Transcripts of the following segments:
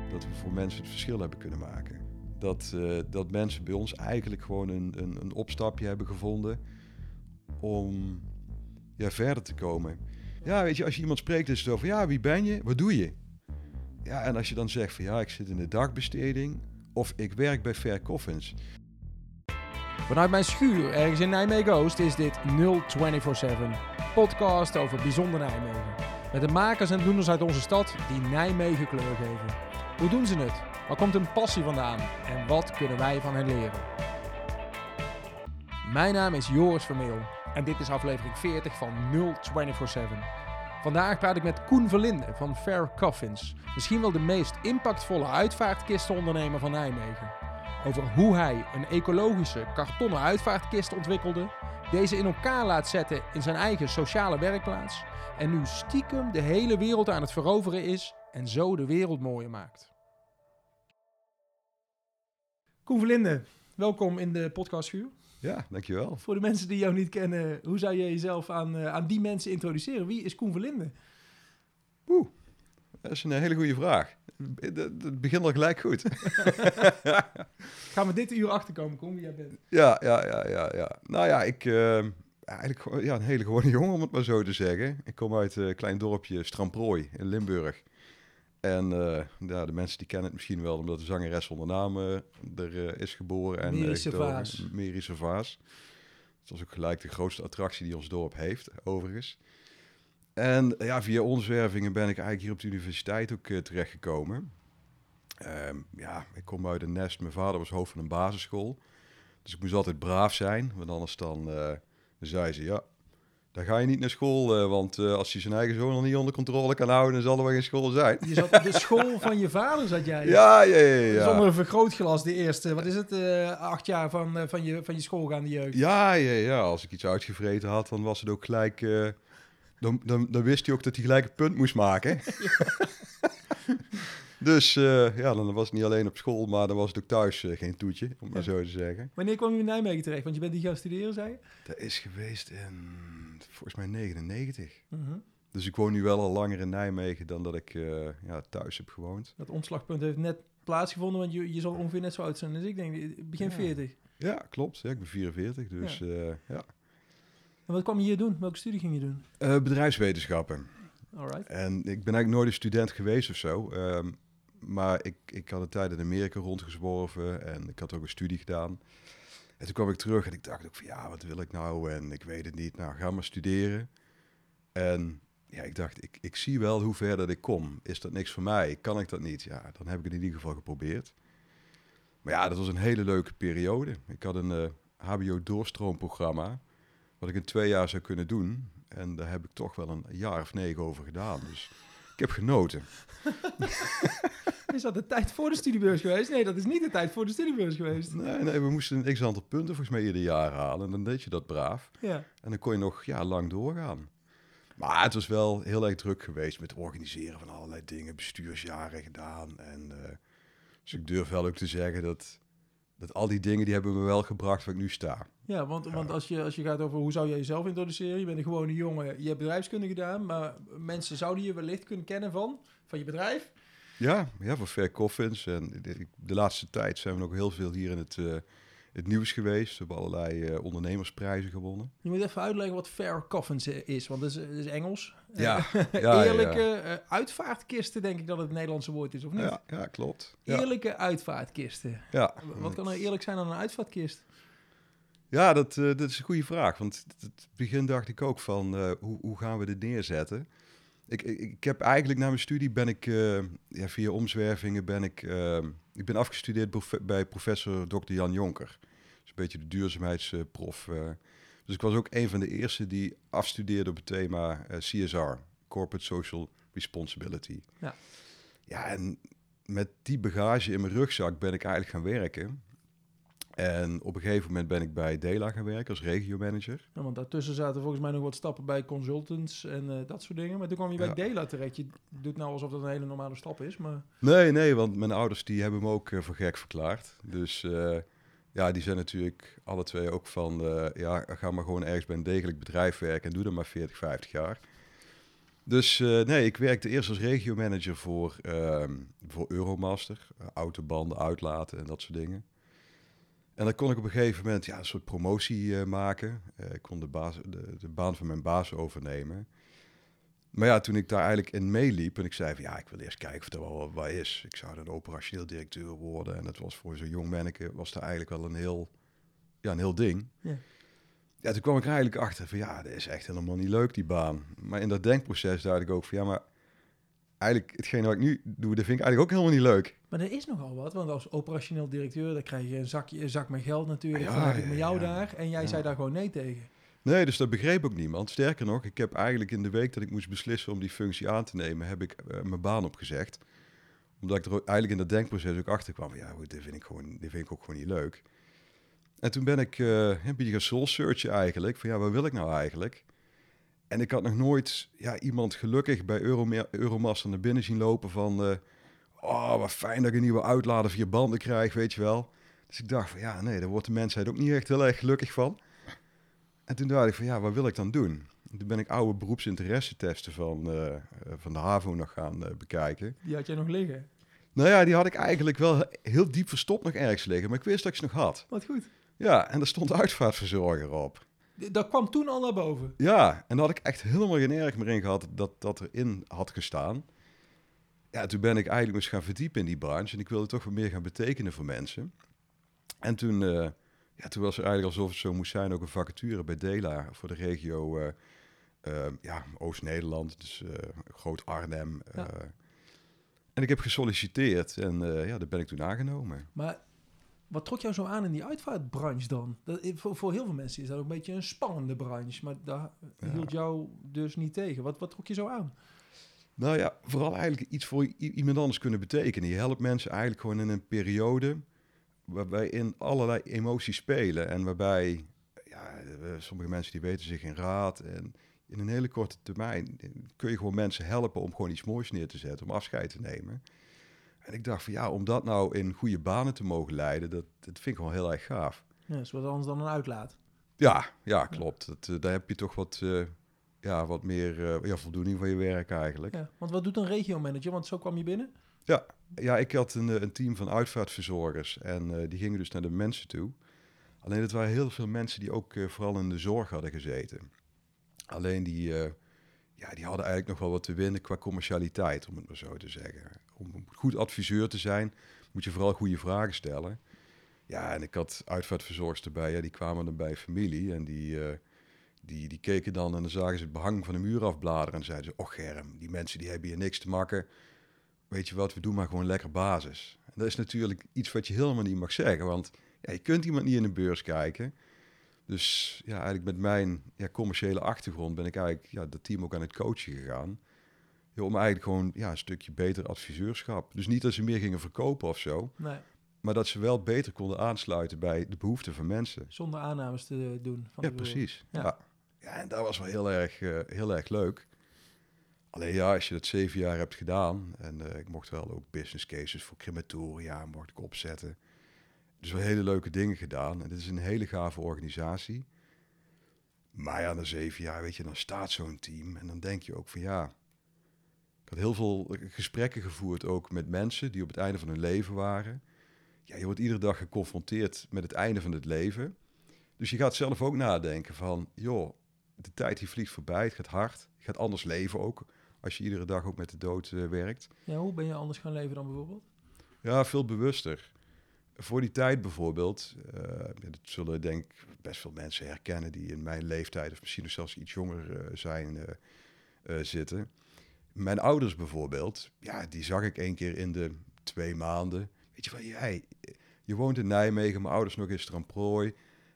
dat we voor mensen het verschil hebben kunnen maken. Dat mensen bij ons eigenlijk gewoon een opstapje hebben gevonden om verder te komen. Ja, weet je, als je iemand spreekt, is het over, ja, wie ben je? Wat doe je? Ja, en als je dan zegt van, ja, ik zit in de dagbesteding of ik werk bij Fair Coffins. Vanuit mijn schuur ergens in Nijmegen-Oost is dit 0247, podcast over bijzonder Nijmegen. Met de makers en doeners uit onze stad die Nijmegen kleur geven. Hoe doen ze het? Waar komt hun passie vandaan? En wat kunnen wij van hen leren? Mijn naam is Joris Vermeel en dit is aflevering 40 van 0247. Vandaag praat ik met Koen Verlinden van Fair Coffins, misschien wel de meest impactvolle uitvaartkistenondernemer van Nijmegen. Over hoe hij een ecologische kartonnen uitvaartkist ontwikkelde, deze in elkaar laat zetten in zijn eigen sociale werkplaats en nu stiekem de hele wereld aan het veroveren is en zo de wereld mooier maakt. Koen Verlinden, welkom in de podcastschuur. Ja, dankjewel. Voor de mensen die jou niet kennen, hoe zou je jezelf aan die mensen introduceren? Wie is Koen Verlinden? Dat is een hele goede vraag. Het begint al gelijk goed. Gaan we dit uur achterkomen, Koen, wie jij bent? Ja. Nou ja, ik eigenlijk een hele gewone jongen, om het maar zo te zeggen. Ik kom uit een klein dorpje Stramprooi in Limburg. En de mensen die kennen het misschien wel, omdat de zangeres zonder naam er is geboren. En Merische Vaas. Dat was ook gelijk de grootste attractie die ons dorp heeft, overigens. En ja, via omzwervingen ben ik eigenlijk hier op de universiteit ook terechtgekomen. Ik kom uit een nest. Mijn vader was hoofd van een basisschool. Dus ik moest altijd braaf zijn. Want anders dan zei ze, ja, dan ga je niet naar school. Want als hij zijn eigen zoon nog niet onder controle kan houden, dan zal er wel geen school zijn. Je zat op de school van je vader, zat jij? Ja. Zonder een vergrootglas, de eerste. Wat is het? 8 jaar van je schoolgaande jeugd. Ja. Als ik iets uitgevreten had, dan was het ook gelijk... Dan wist hij ook dat hij gelijk een punt moest maken. Dus dan was het niet alleen op school, maar dan was het ook thuis geen toetje, om maar zo te zeggen. Wanneer kwam je in Nijmegen terecht? Want je bent hier gaan studeren, zei je? Dat is geweest in, volgens mij, 99. Uh-huh. Dus ik woon nu wel al langer in Nijmegen dan dat ik thuis heb gewoond. Dat omslagpunt heeft net plaatsgevonden, want je zal ongeveer net zo oud zijn. Dus ik denk, begin 40. Ja, klopt. Ja, ik ben 44, dus ja. En wat kwam je hier doen? Welke studie ging je doen? Bedrijfswetenschappen. Alright. En ik ben eigenlijk nooit een student geweest of zo. Maar ik had een tijd in Amerika rondgezworven en ik had ook een studie gedaan. En toen kwam ik terug en ik dacht ook van ja, wat wil ik nou? En ik weet het niet. Nou, ga maar studeren. En ja, ik dacht, ik zie wel hoe ver dat ik kom. Is dat niks voor mij? Kan ik dat niet? Ja, dan heb ik het in ieder geval geprobeerd. Maar ja, dat was een hele leuke periode. Ik had een HBO-doorstroomprogramma, wat ik in 2 jaar zou kunnen doen. En daar heb ik toch wel een jaar of 9 over gedaan. Dus ik heb genoten. Is dat de tijd voor de studiebeurs geweest? Nee, dat is niet de tijd voor de studiebeurs geweest. Nee, we moesten een x-aantal punten volgens mij ieder jaar halen. En dan deed je dat braaf. Ja. En dan kon je nog lang doorgaan. Maar het was wel heel erg druk geweest met het organiseren van allerlei dingen. Bestuursjaren gedaan. En dus ik durf wel ook te zeggen dat al die dingen, die hebben me wel gebracht waar ik nu sta. Ja, want als je gaat over hoe zou je jezelf introduceren, je bent een gewone jongen, je hebt bedrijfskunde gedaan, maar mensen zouden je wellicht kunnen kennen van je bedrijf. Ja, voor Fair Coffins. En de laatste tijd zijn we nog heel veel hier in het nieuws geweest. We hebben allerlei ondernemersprijzen gewonnen. Je moet even uitleggen wat Fair Coffins is, want dat is Engels. Ja. Eerlijke uitvaartkisten, denk ik dat het Nederlandse woord is, of niet? Ja, klopt. Ja. Eerlijke uitvaartkisten. Ja. Wat kan er eerlijk zijn aan een uitvaartkist? Ja, dat is een goede vraag. Want het begin dacht ik ook van, hoe gaan we dit neerzetten? Ik heb eigenlijk na mijn studie via omzwervingen ik ben afgestudeerd bij professor Dr. Jan Jonker. Dat is een beetje de duurzaamheidsprof. Dus ik was ook een van de eerste die afstudeerde op het thema CSR, Corporate Social Responsibility. Ja, en met die bagage in mijn rugzak ben ik eigenlijk gaan werken. En op een gegeven moment ben ik bij Dela gaan werken als regiomanager. Ja, want daartussen zaten volgens mij nog wat stappen bij consultants en dat soort dingen. Maar toen kwam je bij Dela terecht. Je doet nou alsof dat een hele normale stap is, maar... Nee, want mijn ouders die hebben me ook voor gek verklaard. Dus die zijn natuurlijk alle twee ook van... ga maar gewoon ergens bij een degelijk bedrijf werken en doe dat maar 40, 50 jaar. Dus nee, ik werkte eerst als regiomanager voor Euromaster. Autobanden uitlaten en dat soort dingen. En dan kon ik op een gegeven moment een soort promotie maken. Ik kon de baan van mijn baas overnemen. Maar ja, toen ik daar eigenlijk in meeliep en ik zei van ik wil eerst kijken of er wel wat is. Ik zou dan operationeel directeur worden. En dat was voor zo'n jong manneke, was daar eigenlijk wel een heel ding. Ja. Ja, toen kwam ik er eigenlijk achter van dat is echt helemaal niet leuk, die baan. Maar in dat denkproces dacht ik ook van maar eigenlijk hetgeen wat ik nu doe, dat vind ik eigenlijk ook helemaal niet leuk. Maar er is nogal wat, want als operationeel directeur, dan krijg je een zak met geld natuurlijk vanuit met jou daar. En jij zei daar gewoon nee tegen. Nee, dus dat begreep ook niemand. Sterker nog, ik heb eigenlijk in de week dat ik moest beslissen om die functie aan te nemen, heb ik mijn baan opgezegd. Omdat ik er eigenlijk in dat denkproces ook achter kwam van dit vind ik ook gewoon niet leuk. En toen ben ik een beetje gaan soul searchen eigenlijk, van wat wil ik nou eigenlijk? En ik had nog nooit iemand gelukkig bij Euromaster naar binnen zien lopen van wat fijn dat ik een nieuwe uitlader 4 banden krijg, weet je wel. Dus ik dacht van nee, daar wordt de mensheid ook niet echt heel erg gelukkig van. En toen dacht ik van wat wil ik dan doen? En toen ben ik oude beroepsinteressetesten van de HAVO nog gaan bekijken. Die had jij nog liggen? Nou ja, die had ik eigenlijk wel heel diep verstopt nog ergens liggen, maar ik wist dat ik ze nog had. Wat goed. Ja, en daar stond uitvaartverzorger op. Dat kwam toen al naar boven? Ja, en daar had ik echt helemaal geen erg meer in gehad dat erin had gestaan. Ja, toen ben ik eigenlijk eens gaan verdiepen in die branche en ik wilde toch wat meer gaan betekenen voor mensen. En toen was er eigenlijk alsof het zo moest zijn ook een vacature bij Dela voor de regio Oost-Nederland, dus Groot Arnhem. Ja. En ik heb gesolliciteerd en daar ben ik toen aangenomen. Maar wat trok jou zo aan in die uitvaartbranche dan? Voor heel veel mensen is dat ook een beetje een spannende branche, maar daar hield jou dus niet tegen. Wat trok je zo aan? Nou ja, vooral eigenlijk iets voor iemand anders kunnen betekenen. Je helpt mensen eigenlijk gewoon in een periode waarbij in allerlei emoties spelen. En waarbij sommige mensen die weten zich in raad. En in een hele korte termijn kun je gewoon mensen helpen om gewoon iets moois neer te zetten, om afscheid te nemen. En ik dacht van om dat nou in goede banen te mogen leiden, dat vind ik gewoon heel erg gaaf. Ja, is wat anders dan een uitlaat. Ja, klopt. Daar heb je toch wat meer voldoening van je werk eigenlijk. Ja, want wat doet een regiomanager? Want zo kwam je binnen? Ja, ik had een team van uitvaartverzorgers en die gingen dus naar de mensen toe. Alleen het waren heel veel mensen die ook vooral in de zorg hadden gezeten. Alleen die hadden eigenlijk nog wel wat te winnen qua commercialiteit, om het maar zo te zeggen. Om goed adviseur te zijn, moet je vooral goede vragen stellen. Ja, en ik had uitvaartverzorgers erbij, die kwamen dan bij familie en die keken dan en dan zagen ze het behang van de muur afbladeren en zeiden ze, och Germ, die mensen die hebben hier niks te maken. Weet je wat, we doen maar gewoon lekker basis. En dat is natuurlijk iets wat je helemaal niet mag zeggen, want je kunt iemand niet in de beurs kijken. Dus eigenlijk met mijn commerciële achtergrond ben ik eigenlijk dat team ook aan het coachen gegaan. Om eigenlijk gewoon een stukje beter adviseurschap. Dus niet dat ze meer gingen verkopen of zo. Nee. Maar dat ze wel beter konden aansluiten bij de behoeften van mensen. Zonder aannames te doen. Precies. Ja, en dat was wel heel erg leuk. Alleen als je dat 7 jaar hebt gedaan... en ik mocht wel ook business cases voor crematoria mocht ik opzetten. Dus wel hele leuke dingen gedaan. En dit is een hele gave organisatie. Maar na 7 jaar, weet je, dan staat zo'n team. En dan denk je ook van ik had heel veel gesprekken gevoerd ook met mensen die op het einde van hun leven waren. Ja, je wordt iedere dag geconfronteerd met het einde van het leven. Dus je gaat zelf ook nadenken van, joh, de tijd die vliegt voorbij, het gaat hard. Je gaat anders leven ook, als je iedere dag ook met de dood werkt. Ja, hoe ben je anders gaan leven dan bijvoorbeeld? Ja, veel bewuster. Voor die tijd bijvoorbeeld, dat zullen denk ik best veel mensen herkennen die in mijn leeftijd of misschien nog zelfs iets jonger zitten. Mijn ouders bijvoorbeeld, die zag ik 1 keer in de 2 maanden. Weet je wel, je woont in Nijmegen, mijn ouders nog in Stramprooi.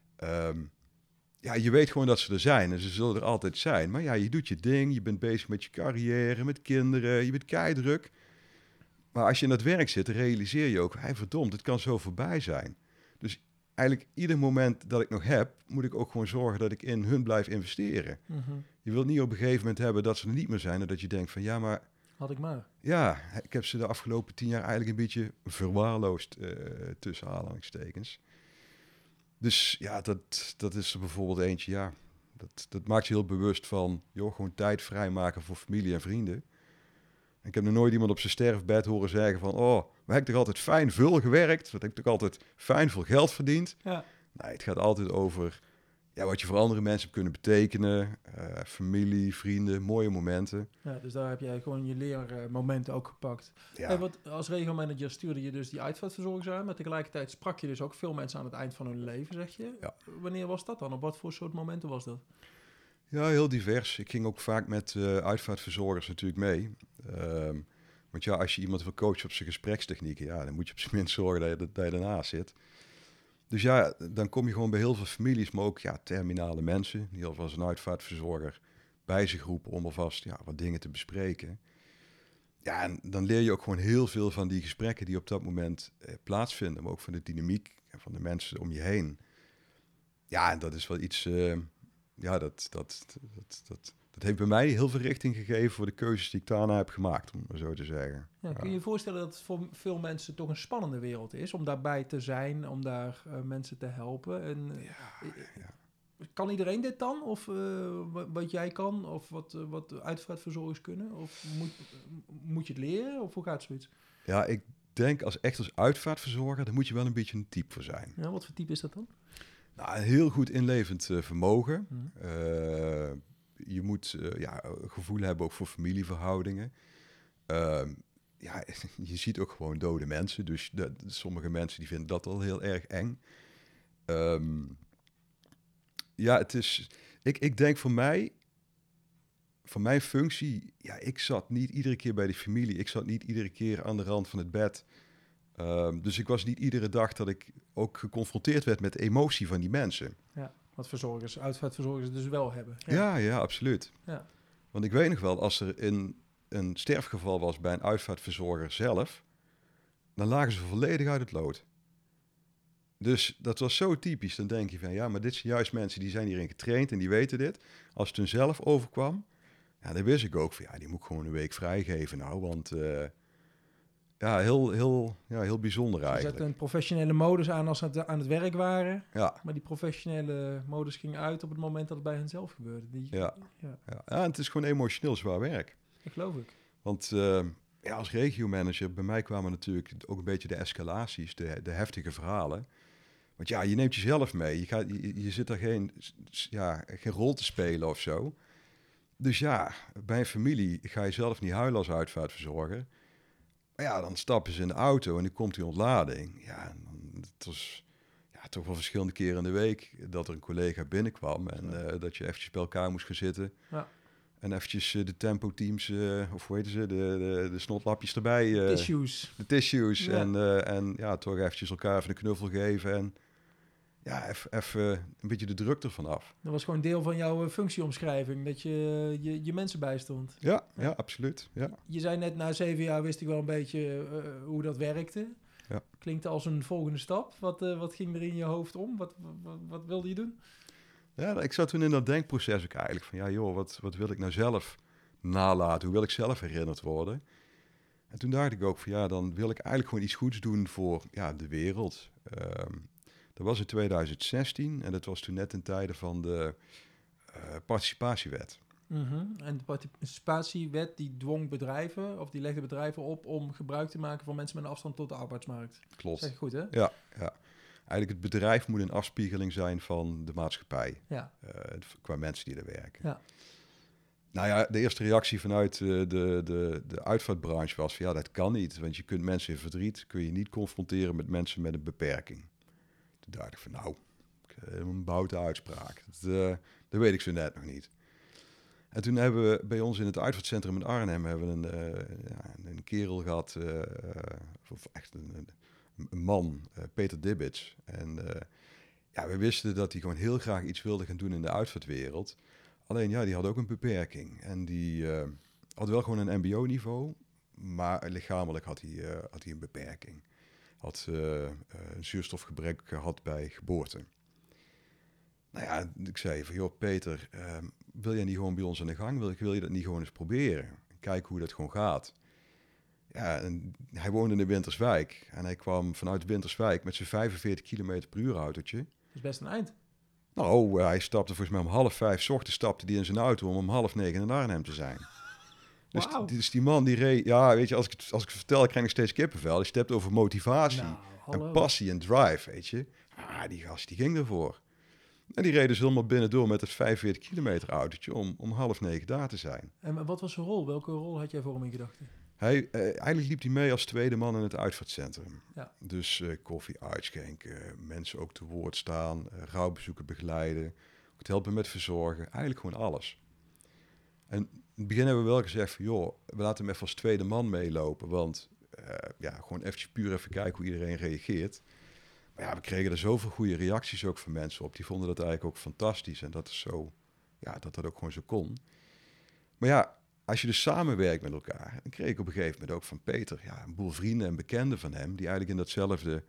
Je weet gewoon dat ze er zijn en ze zullen er altijd zijn. Maar je doet je ding, je bent bezig met je carrière, met kinderen, je bent keidruk. Maar als je in dat werk zit, realiseer je ook, verdomd, het kan zo voorbij zijn. Dus eigenlijk ieder moment dat ik nog heb, moet ik ook gewoon zorgen dat ik in hun blijf investeren. Mm-hmm. Je wilt niet op een gegeven moment hebben dat ze er niet meer zijn en dat je denkt van maar... Had ik maar. Ja, ik heb ze de afgelopen 10 jaar eigenlijk een beetje verwaarloosd tussen aanhalingstekens. Dus dat is er bijvoorbeeld eentje, dat maakt je heel bewust van, joh, gewoon tijd vrijmaken voor familie en vrienden. En ik heb nog nooit iemand op zijn sterfbed horen zeggen van, oh, we hebben toch altijd fijn veel gewerkt, wat heb ik toch altijd fijn veel geld verdiend. Ja. Nee, het gaat altijd over wat je voor andere mensen hebt kunnen betekenen, familie, vrienden, mooie momenten. Ja, dus daar heb jij gewoon je leermomenten ook gepakt. Ja. Hey, wat, als regiomanager stuurde je dus die uitvaartverzorgers aan, maar tegelijkertijd sprak je dus ook veel mensen aan het eind van hun leven, zeg je. Ja. Wanneer was dat dan? Op wat voor soort momenten was dat? Ja, heel divers. Ik ging ook vaak met uitvaartverzorgers natuurlijk mee. Want ja, als je iemand wil coachen op zijn gesprekstechnieken, dan moet je op zijn minst zorgen dat je ernaast zit. Dus ja, dan kom je gewoon bij heel veel families, maar ook terminale mensen, die alvast een uitvaartverzorger bij zich roepen om alvast wat dingen te bespreken. Ja, en dan leer je ook gewoon heel veel van die gesprekken die op dat moment plaatsvinden, maar ook van de dynamiek en van de mensen om je heen. Ja, en dat is wel iets, dat heeft bij mij heel veel richting gegeven voor de keuzes die ik daarna heb gemaakt, om het maar zo te zeggen. Ja, kun je je voorstellen dat het voor veel mensen toch een spannende wereld is om daarbij te zijn, om daar mensen te helpen? En, kan iedereen dit dan? Of wat jij kan? Of wat uitvaartverzorgers kunnen? Of moet je het leren? Of hoe gaat zoiets? Ja, ik denk als uitvaartverzorger, daar moet je wel een beetje een type voor zijn. Ja, wat voor type is dat dan? Nou, een heel goed inlevend vermogen. Hmm. Je moet gevoel hebben ook voor familieverhoudingen. Je ziet ook gewoon dode mensen. Dus sommige mensen die vinden dat al heel erg eng. Het is... Ik denk voor mijn functie... Ja, ik zat niet iedere keer bij de familie. Ik zat niet iedere keer aan de rand van het bed. Dus ik was niet iedere dag dat ik ook geconfronteerd werd met de emotie van die mensen. Ja, wat uitvaartverzorgers dus wel hebben. Ja, absoluut. Ja. Want ik weet nog wel, als er een sterfgeval was bij een uitvaartverzorger zelf, dan lagen ze volledig uit het lood. Dus dat was zo typisch. Dan denk je van, maar dit zijn juist mensen die zijn hierin getraind en die weten dit. Als het hun zelf overkwam, dan wist ik ook van, die moet ik gewoon een week vrijgeven nou, want... heel bijzonder Ze eigenlijk. zetten een professionele modus aan als ze aan het werk waren. Ja. Maar die professionele modus ging uit op het moment dat het bij hen zelf gebeurde. Ja, en het is gewoon emotioneel zwaar werk. Dat geloof ik. Want als regiomanager, bij mij kwamen natuurlijk ook een beetje de escalaties, de heftige verhalen. Want je neemt jezelf mee. Je zit daar geen rol te spelen of zo. Dus bij een familie ga je zelf niet huilen als uitvaartverzorger. Maar dan stappen ze in de auto en dan komt die ontlading. Ja, het was toch wel verschillende keren in de week dat er een collega binnenkwam en dat je eventjes bij elkaar moest gaan zitten. Ja. En eventjes de tempo-teams, of hoe heten ze, de snotlapjes erbij. Tissues. De tissues. Ja. En toch eventjes elkaar even een knuffel geven en even een beetje de druk ervan af. Dat was gewoon deel van jouw functieomschrijving, dat je mensen bijstond. Ja, absoluut. Ja. Je zei net, na 7 jaar wist ik wel een beetje hoe dat werkte. Ja. Klinkt als een volgende stap. Wat ging er in je hoofd om? Wat wilde je doen? Ja, ik zat toen in dat denkproces ook eigenlijk van, wat wil ik nou zelf nalaten? Hoe wil ik zelf herinnerd worden? En toen dacht ik ook van, dan wil ik eigenlijk gewoon iets goeds doen voor de wereld. Dat was in 2016 en dat was toen net in tijden van de participatiewet. Mm-hmm. En de participatiewet die dwong bedrijven, of die legde bedrijven op om gebruik te maken van mensen met een afstand tot de arbeidsmarkt. Klopt. Zeg je goed, hè? Ja. Eigenlijk het bedrijf moet een afspiegeling zijn van de maatschappij. Ja. Qua mensen die er werken. Ja. Nou ja, de eerste reactie vanuit de uitvaartbranche was van dat kan niet. Want je kunt mensen in verdriet, kun je niet confronteren met mensen met een beperking. Toen dacht ik van een boute uitspraak. Dat weet ik zo net nog niet. En toen hebben we bij ons in het uitvaartcentrum in Arnhem hebben we een kerel gehad, of echt een man, Peter Dibbits. En we wisten dat hij gewoon heel graag iets wilde gaan doen in de uitvaartwereld. Alleen die had ook een beperking. En die had wel gewoon een mbo-niveau, maar lichamelijk had hij een beperking. Had een zuurstofgebrek gehad bij geboorte. Nou ja, ik zei van, Peter, wil jij niet gewoon bij ons aan de gang? Wil je dat niet gewoon eens proberen? Kijken hoe dat gewoon gaat. Ja, en hij woonde in Winterswijk. En hij kwam vanuit Winterswijk met zijn 45 km/h autootje. Dat is best een eind. Nou, hij stapte volgens mij om 4:30 's ochtends stapte die in zijn auto om 8:30 in Arnhem te zijn. Wauw. Dus die man die reed... Ja, weet je, als ik het vertel, krijg ik nog steeds kippenvel. Als je het hebt over motivatie Nou, en hallo. passie en drive, weet je. Die gast, die ging ervoor. En die reed dus helemaal binnendoor met het 45 kilometer autootje om 8:30 daar te zijn. En wat was zijn rol? Welke rol had jij voor hem in gedachten? Eigenlijk liep hij mee als tweede man in het uitvaartcentrum. Ja. Dus koffie uitschenken, mensen ook te woord staan, rouwbezoeken begeleiden, het helpen met verzorgen, eigenlijk gewoon alles. En in het begin hebben we wel gezegd van, joh, we laten hem even als tweede man meelopen, want gewoon eventjes puur even kijken hoe iedereen reageert. Maar ja, we kregen er zoveel goede reacties ook van mensen op. Die vonden dat eigenlijk ook fantastisch en dat is zo, ja, dat ook gewoon zo kon. Maar ja, als je dus samenwerkt met elkaar, dan kreeg ik op een gegeven moment ook van Peter, een boel vrienden en bekenden van hem, die eigenlijk in datzelfde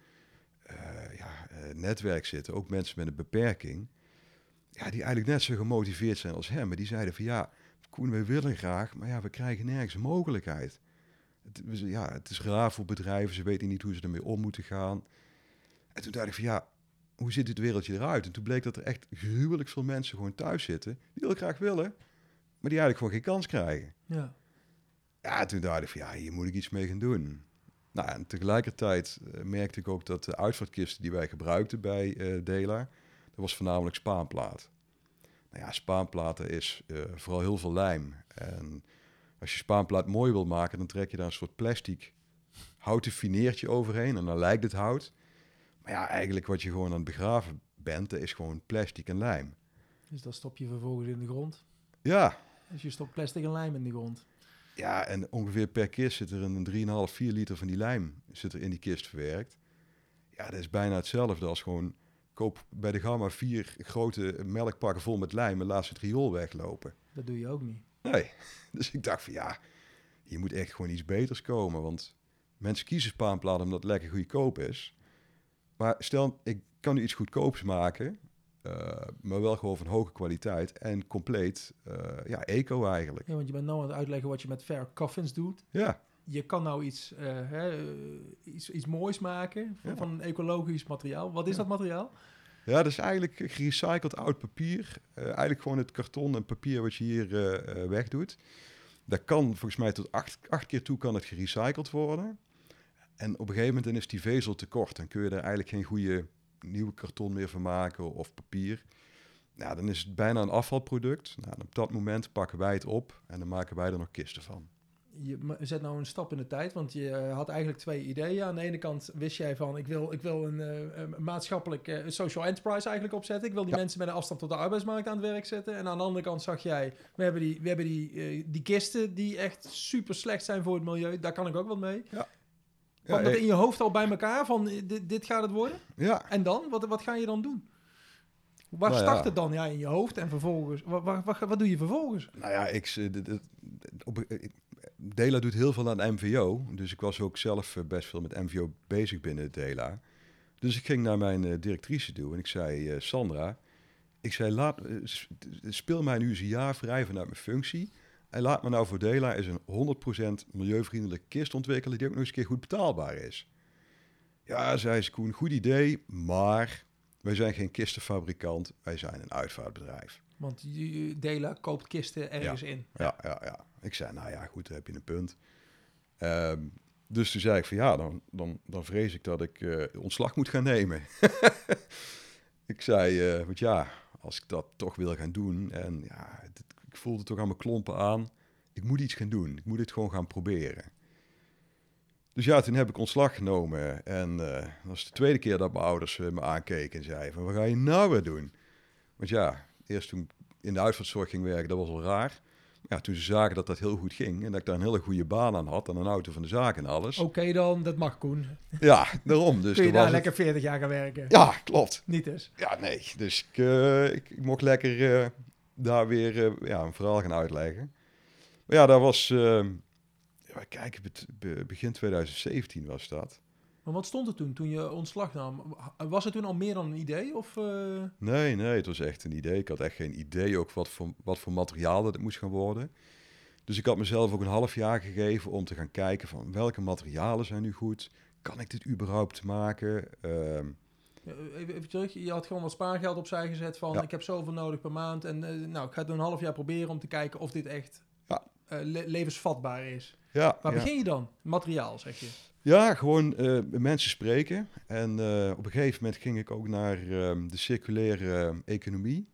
netwerk zitten, ook mensen met een beperking, die eigenlijk net zo gemotiveerd zijn als hem. Maar die zeiden van, Koen, wij willen graag, maar we krijgen nergens een mogelijkheid. Het is raar voor bedrijven, ze weten niet hoe ze ermee om moeten gaan. En toen dacht ik van, hoe ziet dit wereldje eruit? En toen bleek dat er echt gruwelijk veel mensen gewoon thuis zitten, die heel graag willen, maar die eigenlijk gewoon geen kans krijgen. Ja. Ja, toen dacht ik van, hier moet ik iets mee gaan doen. Nou, en tegelijkertijd merkte ik ook dat de uitvaartkisten die wij gebruikten bij Dela, dat was voornamelijk spaanplaat. Nou ja, spaanplaten is vooral heel veel lijm. En als je spaanplaat mooi wil maken, dan trek je daar een soort plastic houten fineertje overheen en dan lijkt het hout. Maar ja, eigenlijk wat je gewoon aan het begraven bent, dat is gewoon plastic en lijm. Dus dat stop je vervolgens in de grond? Ja. Dus je stopt plastic en lijm in de grond? Ja, en ongeveer per kist zit er een 3,5, 4 liter van die lijm zit er in die kist verwerkt. Ja, dat is bijna hetzelfde als gewoon koop bij de Gamma 4 grote melkpakken vol met lijm en laat ze het riool weglopen. Dat doe je ook niet. Nee, dus ik dacht van hier moet echt gewoon iets beters komen. Want mensen kiezen spaanplaat omdat het lekker goedkoop is. Maar stel, ik kan nu iets goedkoops maken, maar wel gewoon van hoge kwaliteit en compleet eco eigenlijk. Ja, want je bent nou aan het uitleggen wat je met Fair Coffins doet. Ja. Je kan nou iets moois maken van een ecologisch materiaal. Wat is dat materiaal? Ja, dat is eigenlijk gerecycled oud papier. Eigenlijk gewoon het karton en papier wat je hier wegdoet. Dat kan volgens mij tot 8 keer toe kan het gerecycled worden. En op een gegeven moment dan is die vezel te kort. Dan kun je er eigenlijk geen goede nieuwe karton meer van maken of papier. Nou, dan is het bijna een afvalproduct. Nou, op dat moment pakken wij het op en dan maken wij er nog kisten van. Je zet nou een stap in de tijd, want je had eigenlijk 2 ideeën. Aan de ene kant wist jij van, ik wil een maatschappelijk social enterprise eigenlijk opzetten. Ik wil die mensen met een afstand tot de arbeidsmarkt aan het werk zetten. En aan de andere kant zag jij, we hebben die kisten die echt super slecht zijn voor het milieu. Daar kan ik ook wat mee. Ja. Kwam dat in je hoofd al bij elkaar van, dit gaat het worden? Ja. En dan? Wat ga je dan doen? Waar start het dan in je hoofd en vervolgens? Wat doe je vervolgens? Nou ja, Dela doet heel veel aan MVO. Dus ik was ook zelf best veel met MVO bezig binnen Dela. Dus ik ging naar mijn directrice toe en ik zei, Sandra, speel mij nu eens een jaar vrij vanuit mijn functie. En laat me nou voor Dela eens een 100% milieuvriendelijke kist ontwikkelen die ook nog eens een keer goed betaalbaar is. Ja, zei ze, Koen, goed idee, maar wij zijn geen kistenfabrikant, wij zijn een uitvaartbedrijf. Want Dela koopt kisten ergens in. Ja. Ik zei, nou ja, goed, dan heb je een punt. Dus toen zei ik van dan vrees ik dat ik ontslag moet gaan nemen. Ik zei, want als ik dat toch wil gaan doen en ik voelde toch aan mijn klompen aan, ik moet iets gaan doen. Ik moet het gewoon gaan proberen. Dus toen heb ik ontslag genomen en dat was de tweede keer dat mijn ouders me aankeken en zeiden van, wat ga je nou weer doen? Want eerst toen ik in de uitvaartzorg ging werken, dat was al raar. Ja, toen ze zagen dat dat heel goed ging en dat ik daar een hele goede baan aan had en een auto van de zaak en alles. Oké dan, dat mag, Koen. Ja, daarom. Dus kun je daar lekker 40 jaar gaan werken? Ja, klopt. Niet dus? Ja, nee. Dus ik mocht lekker daar weer een verhaal gaan uitleggen. Maar ja, dat was, begin 2017 was dat. Maar wat stond er toen je ontslag nam? Was het toen al meer dan een idee? Of, Nee, het was echt een idee. Ik had echt geen idee ook wat voor materiaal dat het moest gaan worden. Dus ik had mezelf ook een half jaar gegeven om te gaan kijken van welke materialen zijn nu goed? Kan ik dit überhaupt maken? Even terug, je had gewoon wat spaargeld opzij gezet van... Ja. ik heb zoveel nodig per maand en ik ga het een half jaar proberen om te kijken of dit echt Ja. levensvatbaar is. Ja, Waar ja. begin je dan? Materiaal, zeg je. Ja, gewoon mensen spreken. En op een gegeven moment ging ik ook naar de circulaire economie.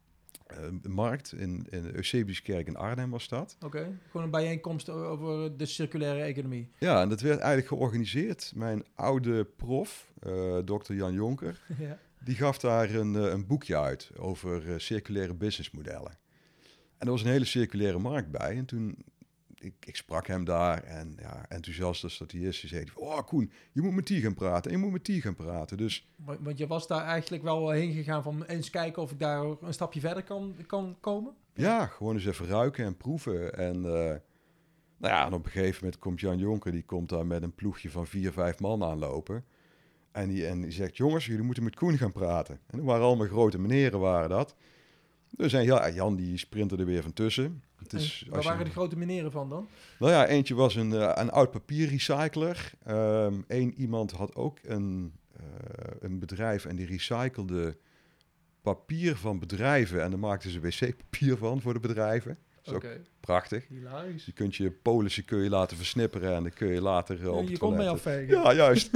Markt in de Eusebiuskerk in Arnhem was dat. Oké, gewoon een bijeenkomst over de circulaire economie. Ja, en dat werd eigenlijk georganiseerd. Mijn oude prof, Dr. Jan Jonker, Ja. die gaf daar een boekje uit over circulaire businessmodellen. En er was een hele circulaire markt bij. En toen, ik sprak hem daar en ja, enthousiast als dat hij is, die zei, oh Koen, je moet met die gaan praten en je moet met die gaan praten. Dus Want je was daar eigenlijk wel heen gegaan van eens kijken of ik daar een stapje verder kan komen? ja, gewoon eens even ruiken en proeven. En nou ja, en op een gegeven moment komt Jan Jonker, die komt daar met een ploegje van 4, 5 man aanlopen. En die zegt, jongens, jullie moeten met Koen gaan praten. En dat waren allemaal grote meneren, waren dat. Dus en ja, Jan die sprintte er weer van tussen. Het is, En waar waren de grote meneren van dan? Nou ja, eentje was een oud papierrecycler. Eén iemand had ook een bedrijf en die recyclede papier van bedrijven. En daar maakten ze wc-papier van voor de bedrijven. Dat is ook prachtig. Hilarisch. Je kunt je polissen kun je laten versnipperen en dan kun je later op Je het komt mee toilet. afvegen. Ja, juist.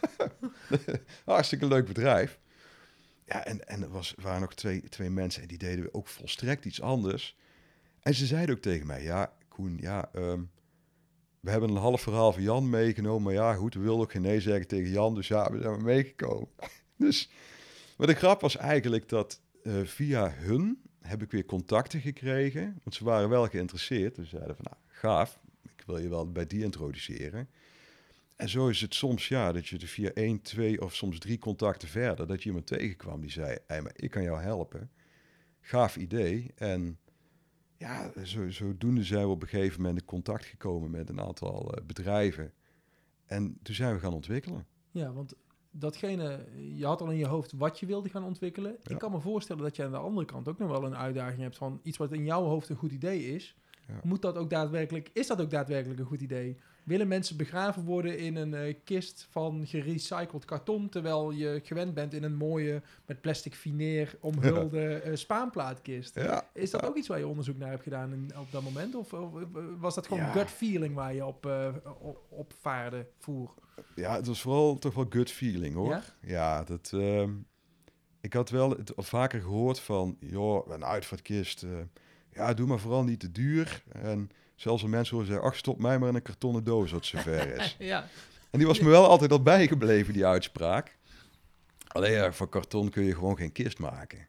Hartstikke leuk bedrijf. Ja, en er waren nog twee mensen en die deden ook volstrekt iets anders. En ze zeiden ook tegen mij, ja, Koen, ja, we hebben een half verhaal van Jan meegenomen, maar ja, goed, we wilden ook geen nee zeggen tegen Jan, dus ja, we zijn maar meegekomen. Dus, maar de grap was eigenlijk dat via hun heb ik weer contacten gekregen, want ze waren wel geïnteresseerd. Dus ze zeiden van, nou, gaaf, ik wil je wel bij die introduceren. En zo is het soms, ja, dat je er via 1, 2 of soms 3 contacten verder, dat je iemand tegenkwam die zei, hey, maar ik kan jou helpen. Gaaf idee. En ja, zodoende zijn we op een gegeven moment in contact gekomen met een aantal bedrijven. En toen zijn we gaan ontwikkelen. Ja, want datgene, je had al in je hoofd wat je wilde gaan ontwikkelen. Ja. Ik kan me voorstellen dat je aan de andere kant ook nog wel een uitdaging hebt van iets wat in jouw hoofd een goed idee is. Ja. Is dat ook daadwerkelijk een goed idee? Willen mensen begraven worden in een kist van gerecycled karton, terwijl je gewend bent in een mooie, met plastic fineer omhulde spaanplaatkist? Ja. Is dat ook iets waar je onderzoek naar hebt gedaan op dat moment? Of was dat gewoon gut feeling waar je op vaarde voer? Ja, het was vooral toch wel gut feeling, hoor. Ja? Ja, dat... ik had wel het vaker gehoord van, joh, een uitvaartkist, ja, doe maar vooral niet te duur. En zelfs als mensen horen zeggen, ach, stop mij maar in een kartonnen doos als het zover is. Ja. En die was me wel altijd al bijgebleven, die uitspraak. Alleen ja, van karton kun je gewoon geen kist maken.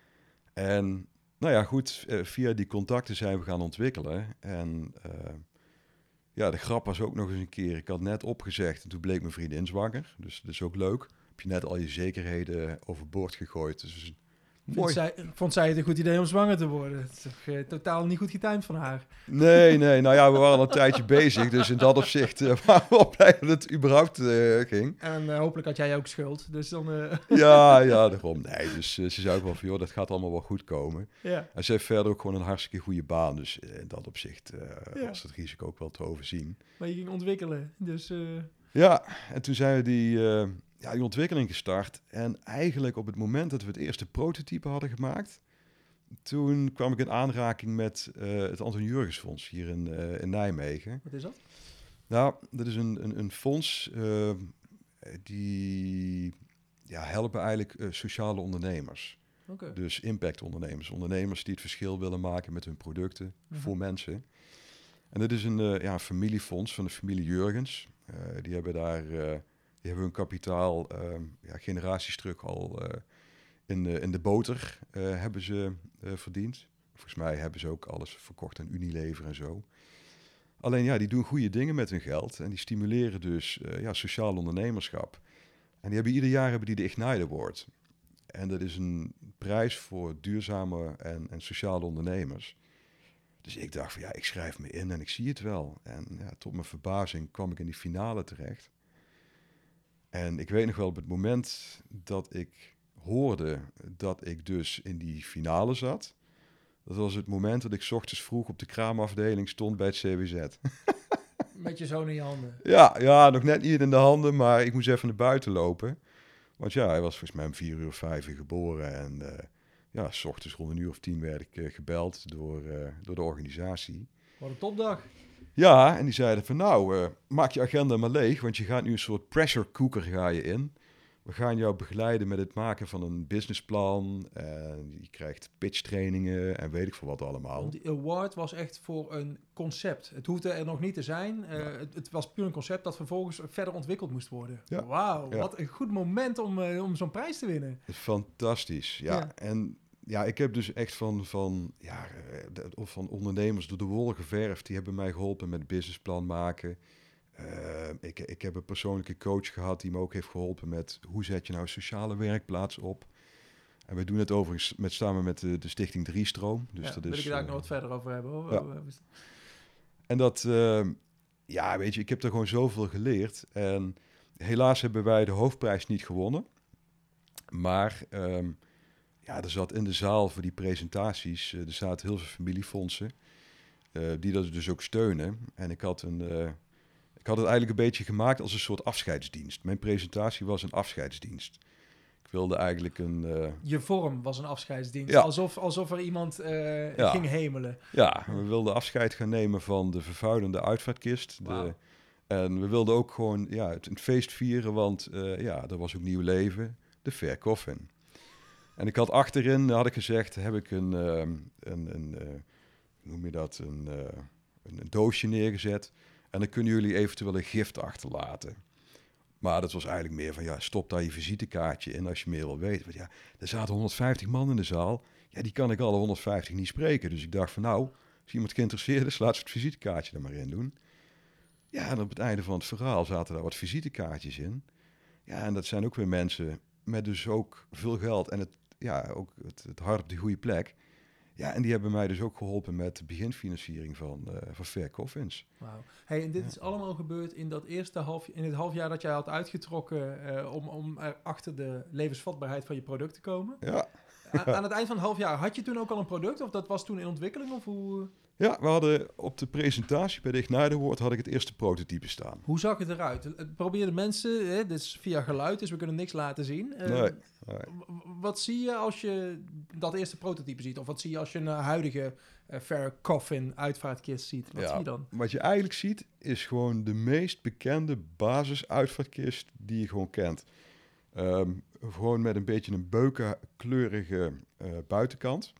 En nou ja, goed, via die contacten zijn we gaan ontwikkelen. En ja, de grap was ook nog eens een keer, ik had net opgezegd en toen bleek mijn vriendin zwanger. Dus dat is ook leuk. Heb je net al je zekerheden overboord gegooid. Dus mooi. Vond zij het een goed idee om zwanger te worden? Het is toch, totaal niet goed getimed van haar. Nee, nou ja, we waren al een tijdje bezig. Dus in dat opzicht waren we wel blij dat het überhaupt ging. En hopelijk had jij ook schuld. Dus dan... Ja, daarom. Nee, dus ze zei ook wel van, joh, dat gaat allemaal wel goed komen. Ja. En ze heeft verder ook gewoon een hartstikke goede baan. Dus in dat opzicht was het risico ook wel te overzien. Maar je ging ontwikkelen, dus... Ja, en toen zijn we die ontwikkeling gestart. En eigenlijk op het moment dat we het eerste prototype hadden gemaakt, toen kwam ik in aanraking met het Anton Jurgens-fonds hier in Nijmegen. Wat is dat? Nou, dat is een fonds die helpen eigenlijk sociale ondernemers. Okay. Dus impactondernemers. Ondernemers die het verschil willen maken met hun producten voor mensen. En dat is een familiefonds van de familie Jurgens. Die hebben hun kapitaal generaties terug al in de boter hebben ze verdiend. Volgens mij hebben ze ook alles verkocht aan Unilever en zo. Alleen ja, die doen goede dingen met hun geld. En die stimuleren dus sociaal ondernemerschap. En ieder jaar de Ignite Award. En dat is een prijs voor duurzame en sociale ondernemers. Dus ik dacht van ik schrijf me in en ik zie het wel. En tot mijn verbazing kwam ik in die finale terecht. En ik weet nog wel op het moment dat ik hoorde dat ik dus in die finale zat. Dat was het moment dat ik 's ochtends vroeg op de kraamafdeling stond bij het CWZ. Met je zoon in je handen? Ja, nog net niet in de handen, maar ik moest even naar buiten lopen. Want ja, hij was volgens mij om 4:05 geboren. En ja, 's ochtends rond 1:10 werd ik gebeld door de organisatie. Wat een topdag. Ja, en die zeiden van nou, maak je agenda maar leeg, want je gaat nu een soort pressure cooker ga je in. We gaan jou begeleiden met het maken van een businessplan. En je krijgt pitchtrainingen en weet ik veel wat allemaal. Want die award was echt voor een concept. Het hoefde er nog niet te zijn. Het was puur een concept dat vervolgens verder ontwikkeld moest worden. Ja. Wauw, Ja. wat een goed moment om zo'n prijs te winnen. Fantastisch, ja. Ja. En ja, ik heb dus echt van ondernemers door de wol geverfd. Die hebben mij geholpen met businessplan maken. Ik heb een persoonlijke coach gehad die me ook heeft geholpen met hoe zet je nou een sociale werkplaats op. En we doen het overigens samen met de Stichting Driestroom. Dus Ja, dat wil is, ik het daar nog wat verder over hebben. Hoor. ja. En dat, ja, weet je, ik heb er gewoon zoveel geleerd. En helaas hebben wij de hoofdprijs niet gewonnen. Maar ja, er zat in de zaal voor die presentaties, er zaten heel veel familiefondsen die dat dus ook steunen. En ik had het eigenlijk een beetje gemaakt als een soort afscheidsdienst. Mijn presentatie was een afscheidsdienst. Ik wilde eigenlijk Je vorm was een afscheidsdienst. Ja. Alsof er iemand Ja. ging hemelen. Ja, we wilden afscheid gaan nemen van de vervuilende uitvaartkist. Wauw. En we wilden ook gewoon het feest vieren, want ja, er was ook nieuw leven, de Fair Coffin. En ik had achterin, had ik gezegd, heb ik hoe noem je dat, een doosje neergezet. En dan kunnen jullie eventueel een gift achterlaten. Maar dat was eigenlijk meer van, ja, stop daar je visitekaartje in als je meer wil weten. Want ja, er zaten 150 man in de zaal. Ja, die kan ik alle 150 niet spreken. Dus ik dacht van, nou, als iemand geïnteresseerd is, laat ze het visitekaartje er maar in doen. Ja, en op het einde van het verhaal zaten daar wat visitekaartjes in. Ja, en dat zijn ook weer mensen met dus ook veel geld en ook het hart op de goede plek. Ja, en die hebben mij dus ook geholpen met de beginfinanciering van Fair Coffins. Wauw. Hey, en dit is allemaal gebeurd in dat eerste in het halfjaar dat jij had uitgetrokken om achter de levensvatbaarheid van je product te komen. Ja. Aan het eind van het halfjaar, had je toen ook al een product of dat was toen in ontwikkeling? Of Ja, we hadden op de presentatie bij de Ignite Award had ik het eerste prototype staan. hoe zag het eruit? Probeer de mensen, dit is via geluid, dus we kunnen niks laten zien. Nee. Wat zie je als je dat eerste prototype ziet? Of wat zie je als je een huidige Fair Coffin uitvaartkist ziet? Wat zie je dan? Wat je eigenlijk ziet is gewoon de meest bekende basisuitvaartkist die je gewoon kent. Gewoon met een beetje een beukenkleurige buitenkant.